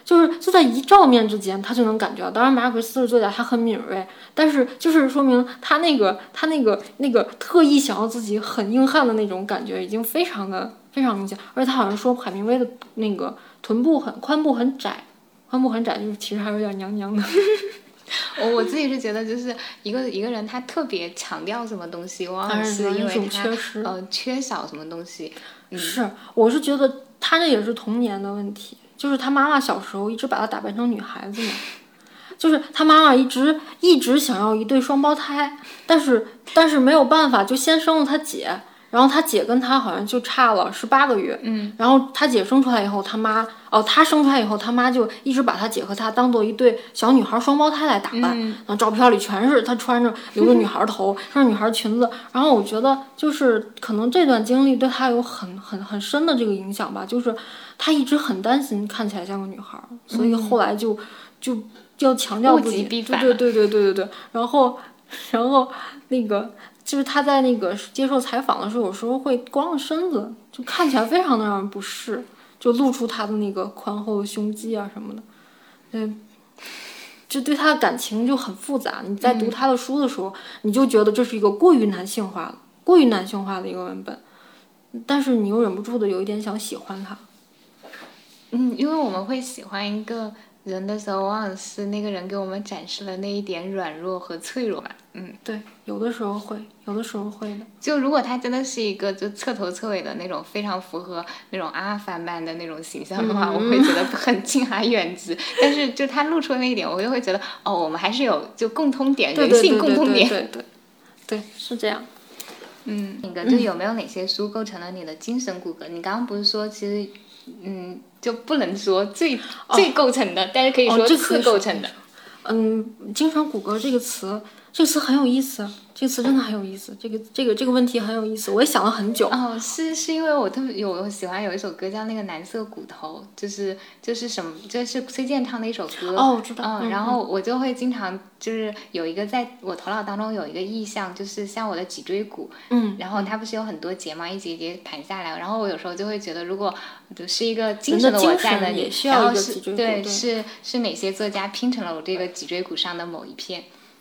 就在一照面之间，他就能感觉到。当然，马尔克斯的作家他很敏锐，但是就是说明他那个特意想要自己很硬汉的那种感觉，已经非常明显。而且他好像说海明威的那个臀部宽部很窄，就是其实还有点娘娘的。 我自己是觉得，就是一个人他特别强调什么东西，往往是因为他缺少什么东西。 是，我是觉得他这也是童年的问题，就是他妈妈小时候一直把他打扮成女孩子嘛，就是他妈妈一直想要一对双胞胎，但是没有办法，就先生了他姐。然后他姐跟他好像就差了18个月，然后他姐生出来以后，他生出来以后，他妈就一直把他姐和他当做一对小女孩双胞胎来打扮，然后照片里全是他穿着留着女孩头，穿着女孩裙子，然后我觉得就是可能这段经历对他有很深的这个影响吧，就是他一直很担心看起来像个女孩，所以后来就要强调自己，对，然后那个。就是他在那个接受采访的时候，有时候会光着身子，就看起来非常的让人不适，就露出他的那个宽厚的胸肌啊什么的，就对他的感情就很复杂。你在读他的书的时候，你就觉得这是一个过于男性化的一个文本，但是你又忍不住的有一点想喜欢他。 因为我们会喜欢一个人的时候，往往是那个人给我们展示了那一点软弱和脆弱吧。 对，有的时候会的。 就如果他真的是一个就彻头彻尾的那种非常符合那种阿凡般的那种形象的话，我会觉得很敬而远之。但是就他露出的那一点，我就会觉得我们还是有就共通点，人性共通点。 对，是这样。 那个就有没有哪些书构成了你的精神骨骼？你刚刚不是说其实就不能说最构成的，但是可以说次构成的。 精神骨骼这个词很有意思，这个词真的很有意思，这个问题很有意思，我也想了很久。 是因为我特别喜欢有一首歌叫那个蓝色骨头，就是什么，就是崔健唱的一首歌。 我知道。 然后我就会经常就是有一个在我头脑当中有一个意象，就是像我的脊椎骨。然后它不是有很多节嘛，一节一节盘下来，然后我有时候就会觉得，如果是一个精神的我在那里，然后是哪些作家拼成了我这个脊椎骨上的某一片。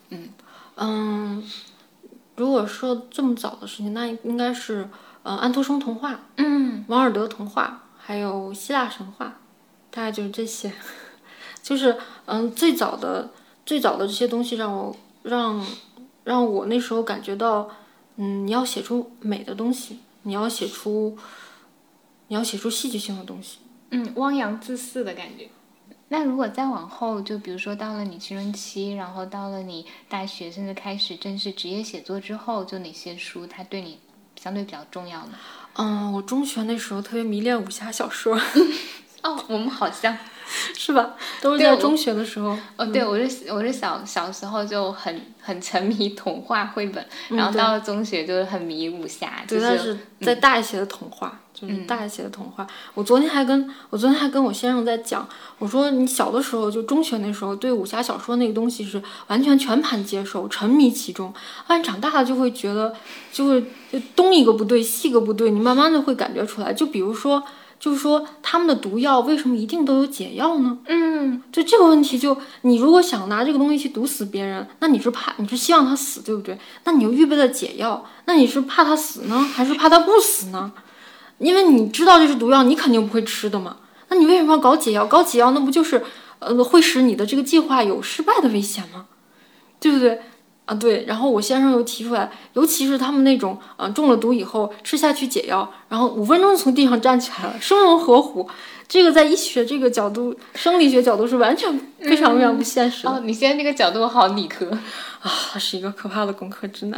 如果说这么早的事情，那应该是安徒生童话，王尔德童话，还有希腊神话，大概就是这些。就是最早的这些东西让我那时候感觉到，你要写出美的东西，你要写出戏剧性的东西， 汪洋恣肆的感觉。那如果再往后，就比如说到了你青春期，然后到了你大学，甚至开始正式职业写作之后，就哪些书它对你相对比较重要呢？ 我中学那时候特别迷恋武侠小说。 我们好像是吧？都是在中学的时候。 对，我是小时候就很沉迷童话绘本，然后到了中学就是很迷武侠。 对，但是在大一些的童话，就是大一些的童话。我昨天还跟我先生在讲，我说你小的时候就中学那时候对武侠小说那个东西是完全全盘接受，沉迷其中，但长大了就会觉得就东一个不对西一个不对，你慢慢的会感觉出来。就比如说。就是说，他们的毒药为什么一定都有解药呢？就这个问题，就你如果想拿这个东西去毒死别人，那你是希望他死，对不对？那你又预备了解药，那你是怕他死呢，还是怕他不死呢？因为你知道这是毒药，你肯定不会吃的嘛。那你为什么要搞解药？搞解药那不就是会使你的这个计划有失败的危险吗？对不对？对，然后我先生又提出来，尤其是他们那种中了毒以后吃下去解药，然后5分钟从地上站起来了，生龙活虎，这个在医学这个角度、生理学角度是完全非常非常不现实的。 你现在这个角度好理科他是一个可怕的工科直男。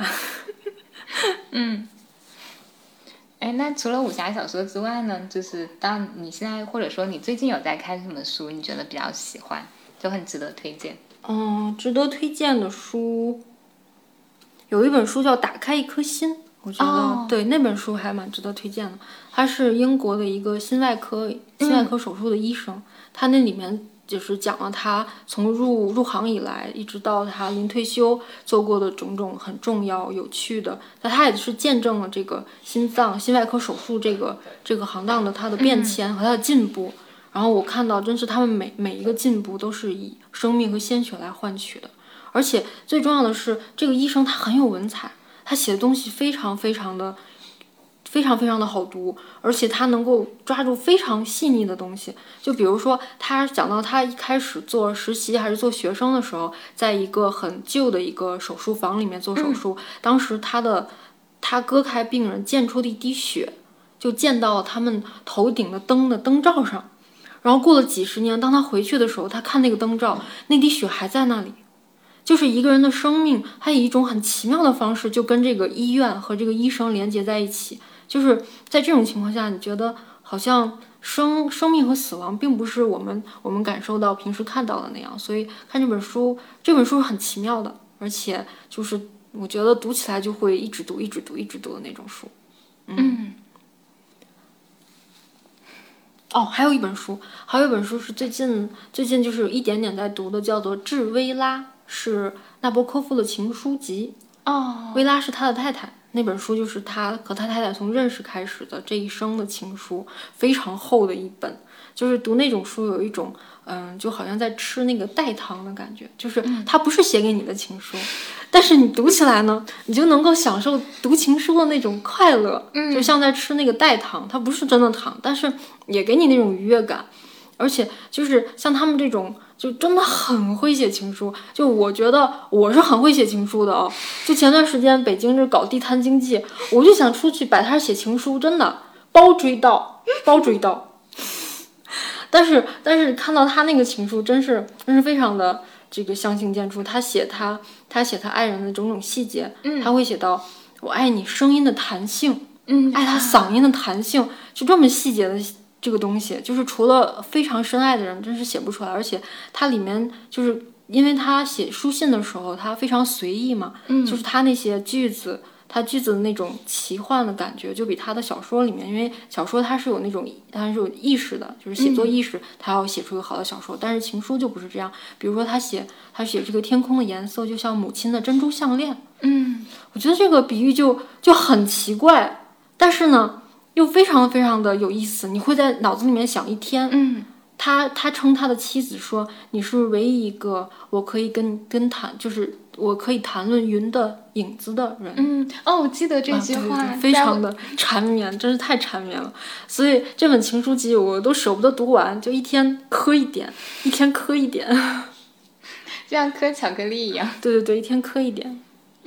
那除了武侠小说之外呢，就是当你现在或者说你最近有在看什么书，你觉得比较喜欢，就很值得推荐？ 值得推荐的书。有一本书叫《打开一颗心》，我觉得对那本书还蛮值得推荐的。他是英国的一个心外科手术的医生，他那里面就是讲了他从入行以来，一直到他临退休做过的种种很重要有趣的。但他也是见证了这个心外科手术这个行当的它的变迁和它的进步。然然后我看到真是他们每一个进步都是以生命和鲜血来换取的。而且最重要的是，这个医生他很有文采，他写的东西非常非常的好读，而且他能够抓住非常细腻的东西。就比如说他讲到他一开始做实习还是做学生的时候，在一个很旧的一个手术房里面做手术，当时他割开病人溅出的一滴血就溅到他们头顶的灯罩上，然后过了几十年，当他回去的时候，他看那个灯罩，那滴血还在那里。就是一个人的生命，他以一种很奇妙的方式就跟这个医院和这个医生连接在一起。就是在这种情况下，你觉得好像生命和死亡并不是我们感受到平时看到的那样。所以看这本书是很奇妙的，而且就是我觉得读起来就会一直读的那种书。还有一本书是最近就是有一点点在读的，叫做《致薇拉》，是纳博科夫的情书集。薇拉是他的太太，那本书就是他和他太太从认识开始的这一生的情书，非常厚的一本。就是读那种书有一种就好像在吃那个代糖的感觉，就是它不是写给你的情书，但是你读起来呢，你就能够享受读情书的那种快乐，就像在吃那个代糖，它不是真的糖，但是也给你那种愉悦感。而且就是像他们这种就真的很会写情书，就我觉得我是很会写情书的哦。就前段时间北京这搞地摊经济，我就想出去摆摊写情书，真的包追到。但是看到他那个情书，真是非常的这个相形见绌。他写他爱人的种种细节，他会写到我爱你声音的弹性，爱他嗓音的弹性，就这么细节的这个东西，就是除了非常深爱的人，真是写不出来。而且它里面就是因为他写书信的时候，他非常随意嘛，就是他那些句子的那种奇幻的感觉，就比他的小说里面，因为小说它是有有意识的，就是写作意识，他要写出一个好的小说。但是情书就不是这样，比如说他写这个天空的颜色就像母亲的珍珠项链，我觉得这个比喻就很奇怪，但是呢又非常非常的有意思，你会在脑子里面想一天。他称他的妻子说，你是唯一一个我可以跟谈，就是我可以谈论云的影子的人。 我记得这句话， 对，非常的缠绵，真是太缠绵了。所以这本情书集我都舍不得读完，就一天磕一点， 就像磕巧克力一样。 对，一天磕一点。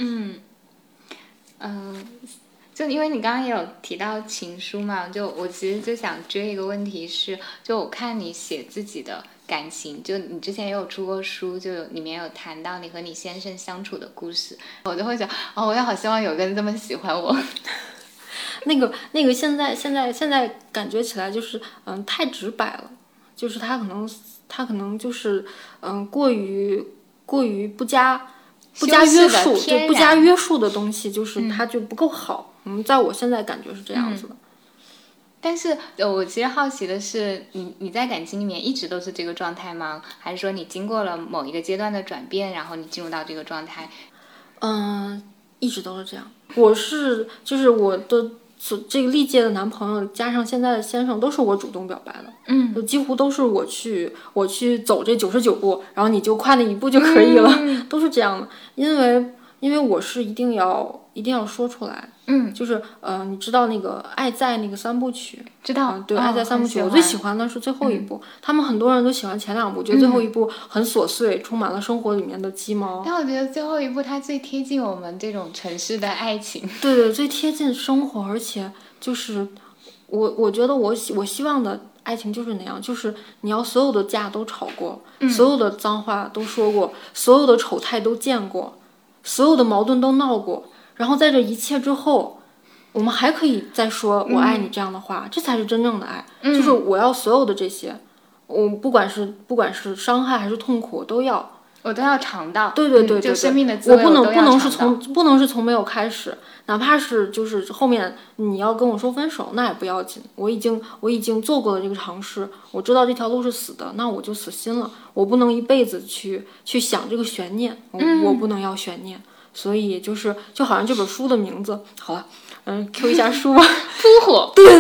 就因为你刚刚也有提到情书嘛，就我其实就想追一个问题是，就我看你写自己的感情，就你之前也有出过书，就里面有谈到你和你先生相处的故事，我就会想，我也好希望有个人这么喜欢我。 那个现在感觉起来就是太直白了，就是他可能就是过于不加约束，对，不加约束的东西，就是它就不够好。在我现在感觉是这样子的。 但是我其实好奇的是，你在感情里面一直都是这个状态吗？还是说你经过了某一个阶段的转变，然后你进入到这个状态？ 一直都是这样。就是我的这个历届的男朋友加上现在的先生都是我主动表白的，就几乎都是我去走这99步，然后你就跨那一步就可以了，都是这样的。因为我是一定要说出来，就是你知道那个《爱在》那个3部曲， 知道， 对，《爱在》3部曲，我最喜欢的是最后一部，他们很多人都喜欢前2部，觉得最后一部很琐碎，充满了生活里面的鸡毛。 但我觉得最后一部它最贴近我们这种城市的爱情， 对，最贴近生活，而且就是我觉得我希望的爱情就是那样，就是你要所有的架都吵过，所有的脏话都说过，所有的丑态都见过，所有的矛盾都闹过，然后在这一切之后，我们还可以再说我爱你这样的话，这才是真正的爱。就是我要所有的这些，我不管是伤害还是痛苦， 我都要尝到。 对， 就生命的滋味我都要尝到。 不能是从没有开始，哪怕是就是后面你要跟我说分手，那也不要紧。我已经做过了这个尝试，我知道这条路是死的，那我就死心了。我不能一辈子去想这个悬念，我不能要悬念。所以就好像这本书的名字，好了，Q 一下书吧。 扑火。 对，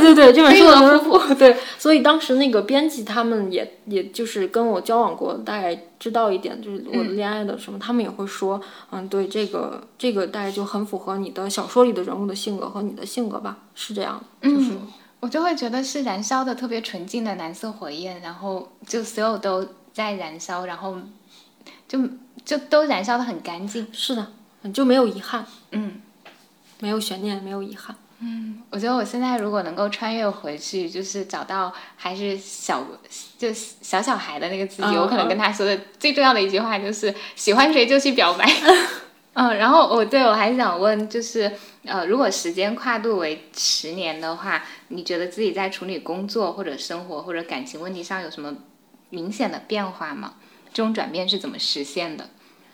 对，这本书的夫妇。 对，所以当时那个编辑他们也就是跟我交往过，大概知道一点，就是我的恋爱的什么，他们也会说，对，这个大概就很符合你的小说里的人物的性格和你的性格吧，是这样的，就是。 我就会觉得是燃烧的特别纯净的蓝色火焰，然后就所有都在燃烧，然后就都燃烧的很干净。 是的，就没有遗憾，没有悬念，没有遗憾。 我觉得我现在如果能够穿越回去，就是找到还是小孩的那个自己，我可能跟他说的最重要的一句话就是喜欢谁就去表白。然后我还想问，就是如果时间跨度为10年的话，你觉得自己在处理工作或者生活或者感情问题上有什么明显的变化吗？这种转变是怎么实现的？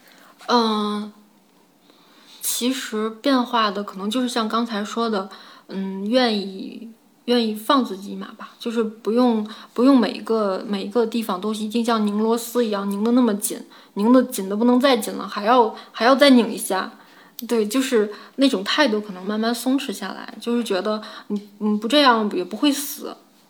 其实变化的可能就是像刚才说的，愿意放自己一马吧，就是不用每一个地方都一定像拧螺丝一样拧得那么紧，拧得紧的不能再紧了，还要再拧一下。对，就是那种态度可能慢慢松弛下来，就是觉得不这样也不会死。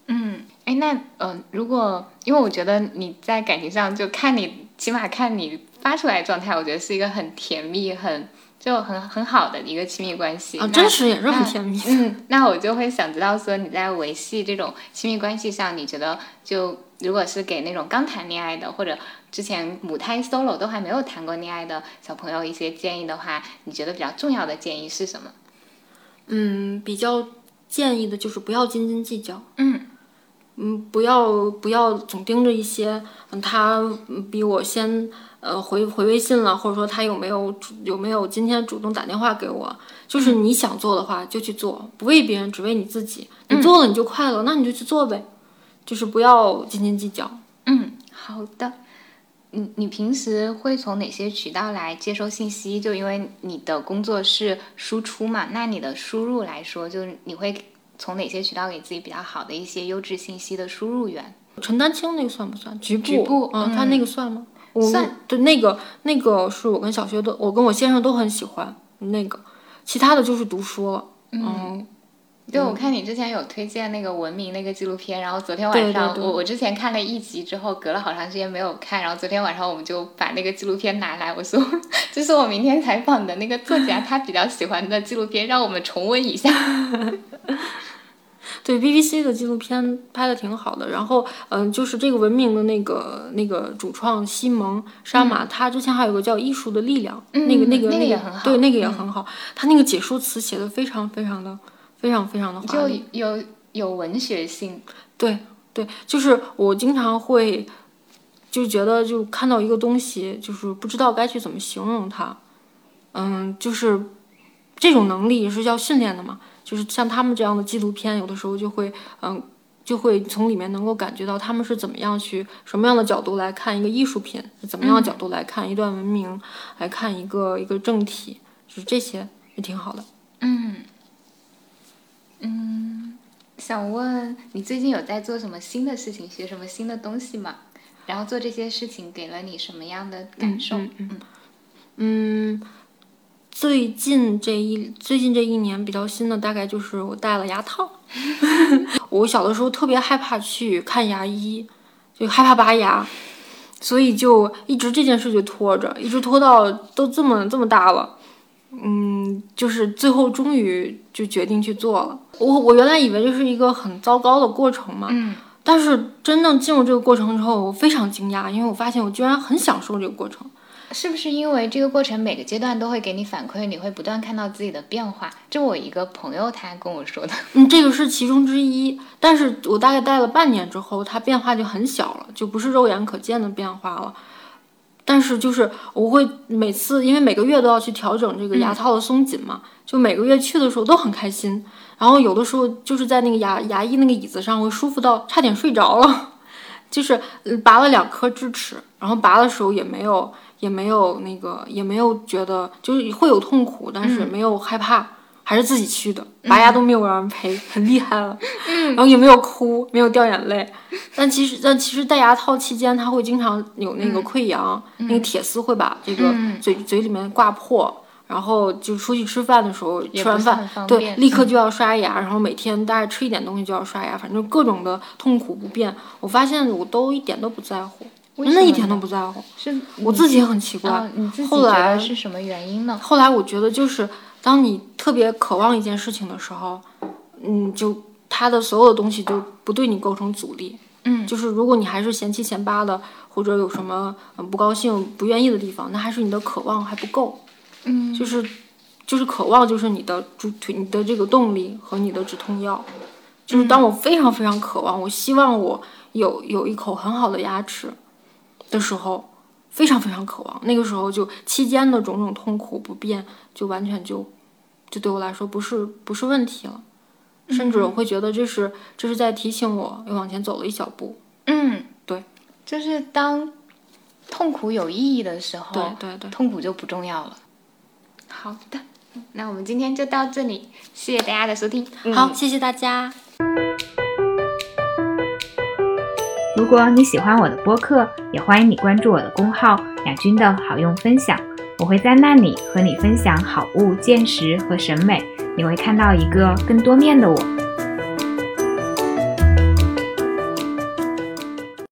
如果因为我觉得你在感情上起码看你发出来的状态，我觉得是一个很甜蜜很好的一个亲密关系真实也是很甜蜜。 那我就会想知道说你在维系这种亲密关系上，你觉得就如果是给那种刚谈恋爱的或者之前母胎 solo 都还没有谈过恋爱的小朋友一些建议的话，你觉得比较重要的建议是什么？ 比较建议的就是不要斤斤计较。不要总盯着一些他比我先回微信了，或者说他有没有今天主动打电话给我，就是你想做的话就去做，不为别人只为你自己，你做了你就快乐，那你就去做呗，就是不要斤斤计较。 好的。你平时会从哪些渠道来接收信息？就因为你的工作是输出嘛，那你的输入来说，就是你会从哪些渠道给自己比较好的一些优质信息的输入源？ 陈丹青那个算不算？局部他那个算吗？ 算。 对，那个是我跟我跟我先生都很喜欢那个，其他的就是读书了。 对，我看你之前有推荐那个文明那个纪录片，然后昨天晚上对我之前看了1集之后，隔了好长时间没有看，然后昨天晚上我们就把那个纪录片拿来，我说这是我明天采访的那个作家他比较喜欢的纪录片，让我们重温一下。 对 BBC 的纪录片拍的挺好的，然后就是这个文明的那个主创西蒙沙马，他之前还有个叫《艺术的力量》，那个也很好， 对，那个也很好，他那个解说词写的非常非常的华丽， 就有文学性。 对，就是我经常会就觉得就看到一个东西，就是不知道该去怎么形容它，就是这种能力也是要训练的嘛。就是像他们这样的纪录片，有的时候就会从里面能够感觉到他们是怎么样去什么样的角度来看一个艺术品，怎么样的角度来看一段文明，来看一个政体，就是这些也挺好的。 想问你最近有在做什么新的事情，学什么新的东西吗？然后做这些事情给了你什么样的感受？ 最近这一年比较新的大概就是我戴了牙套。我小的时候特别害怕去看牙医，就害怕拔牙，所以就一直这件事就拖着，一直拖到都这么大了。就是最后终于就决定去做了。我原来以为这是一个很糟糕的过程嘛，但是真正进入这个过程之后，我非常惊讶，因为我发现我居然很享受这个过程。 是不是因为这个过程每个阶段都会给你反馈，你会不断看到自己的变化？这我一个朋友他跟我说的。 这个是其中之一，但是我大概戴了半年之后，它变化就很小了，就不是肉眼可见的变化了。但是就是我会每次，因为每个月都要去调整这个牙套的松紧嘛，就每个月去的时候都很开心，然后有的时候就是在那个牙医那个椅子上会舒服到差点睡着了，就是拔了2颗智齿，然后拔的时候也没有觉得，就是会有痛苦，但是没有害怕，还是自己去的，拔牙都没有让人陪，很厉害了。然后也没有哭，没有掉眼泪。但其实戴牙套期间，它会经常有那个溃疡，那个铁丝会把这个嘴里面挂破， 然后就出去吃饭的时候，吃完饭对立刻就要刷牙，然后每天大概吃一点东西就要刷牙，反正各种的痛苦不便，我发现我都一点都不在乎，真的一点都不在乎。 是我自己也很奇怪， 你自己觉得是什么原因呢？ 后来我觉得就是当你特别渴望一件事情的时候，就它的所有的东西就不对你构成阻力。就是如果你还是嫌七嫌八的，或者有什么不高兴、不愿意的地方，那还是你的渴望还不够。就是渴望，就是你的这个动力和你的止痛药。就是当我非常非常渴望，我希望我有一口很好的牙齿的时候，非常非常渴望，那个时候就期间的种种痛苦不便，就完全就对我来说不是问题了。甚至我会觉得这是在提醒我又往前走了一小步。对， 就是当痛苦有意义的时候， 对， 痛苦就不重要了。好的，那我们今天就到这里，谢谢大家的收听。 好，谢谢大家。 如果你喜欢我的播客，也欢迎你关注我的公号雅君的好用分享，我会在那里和你分享好物、见识和审美，你会看到一个更多面的我。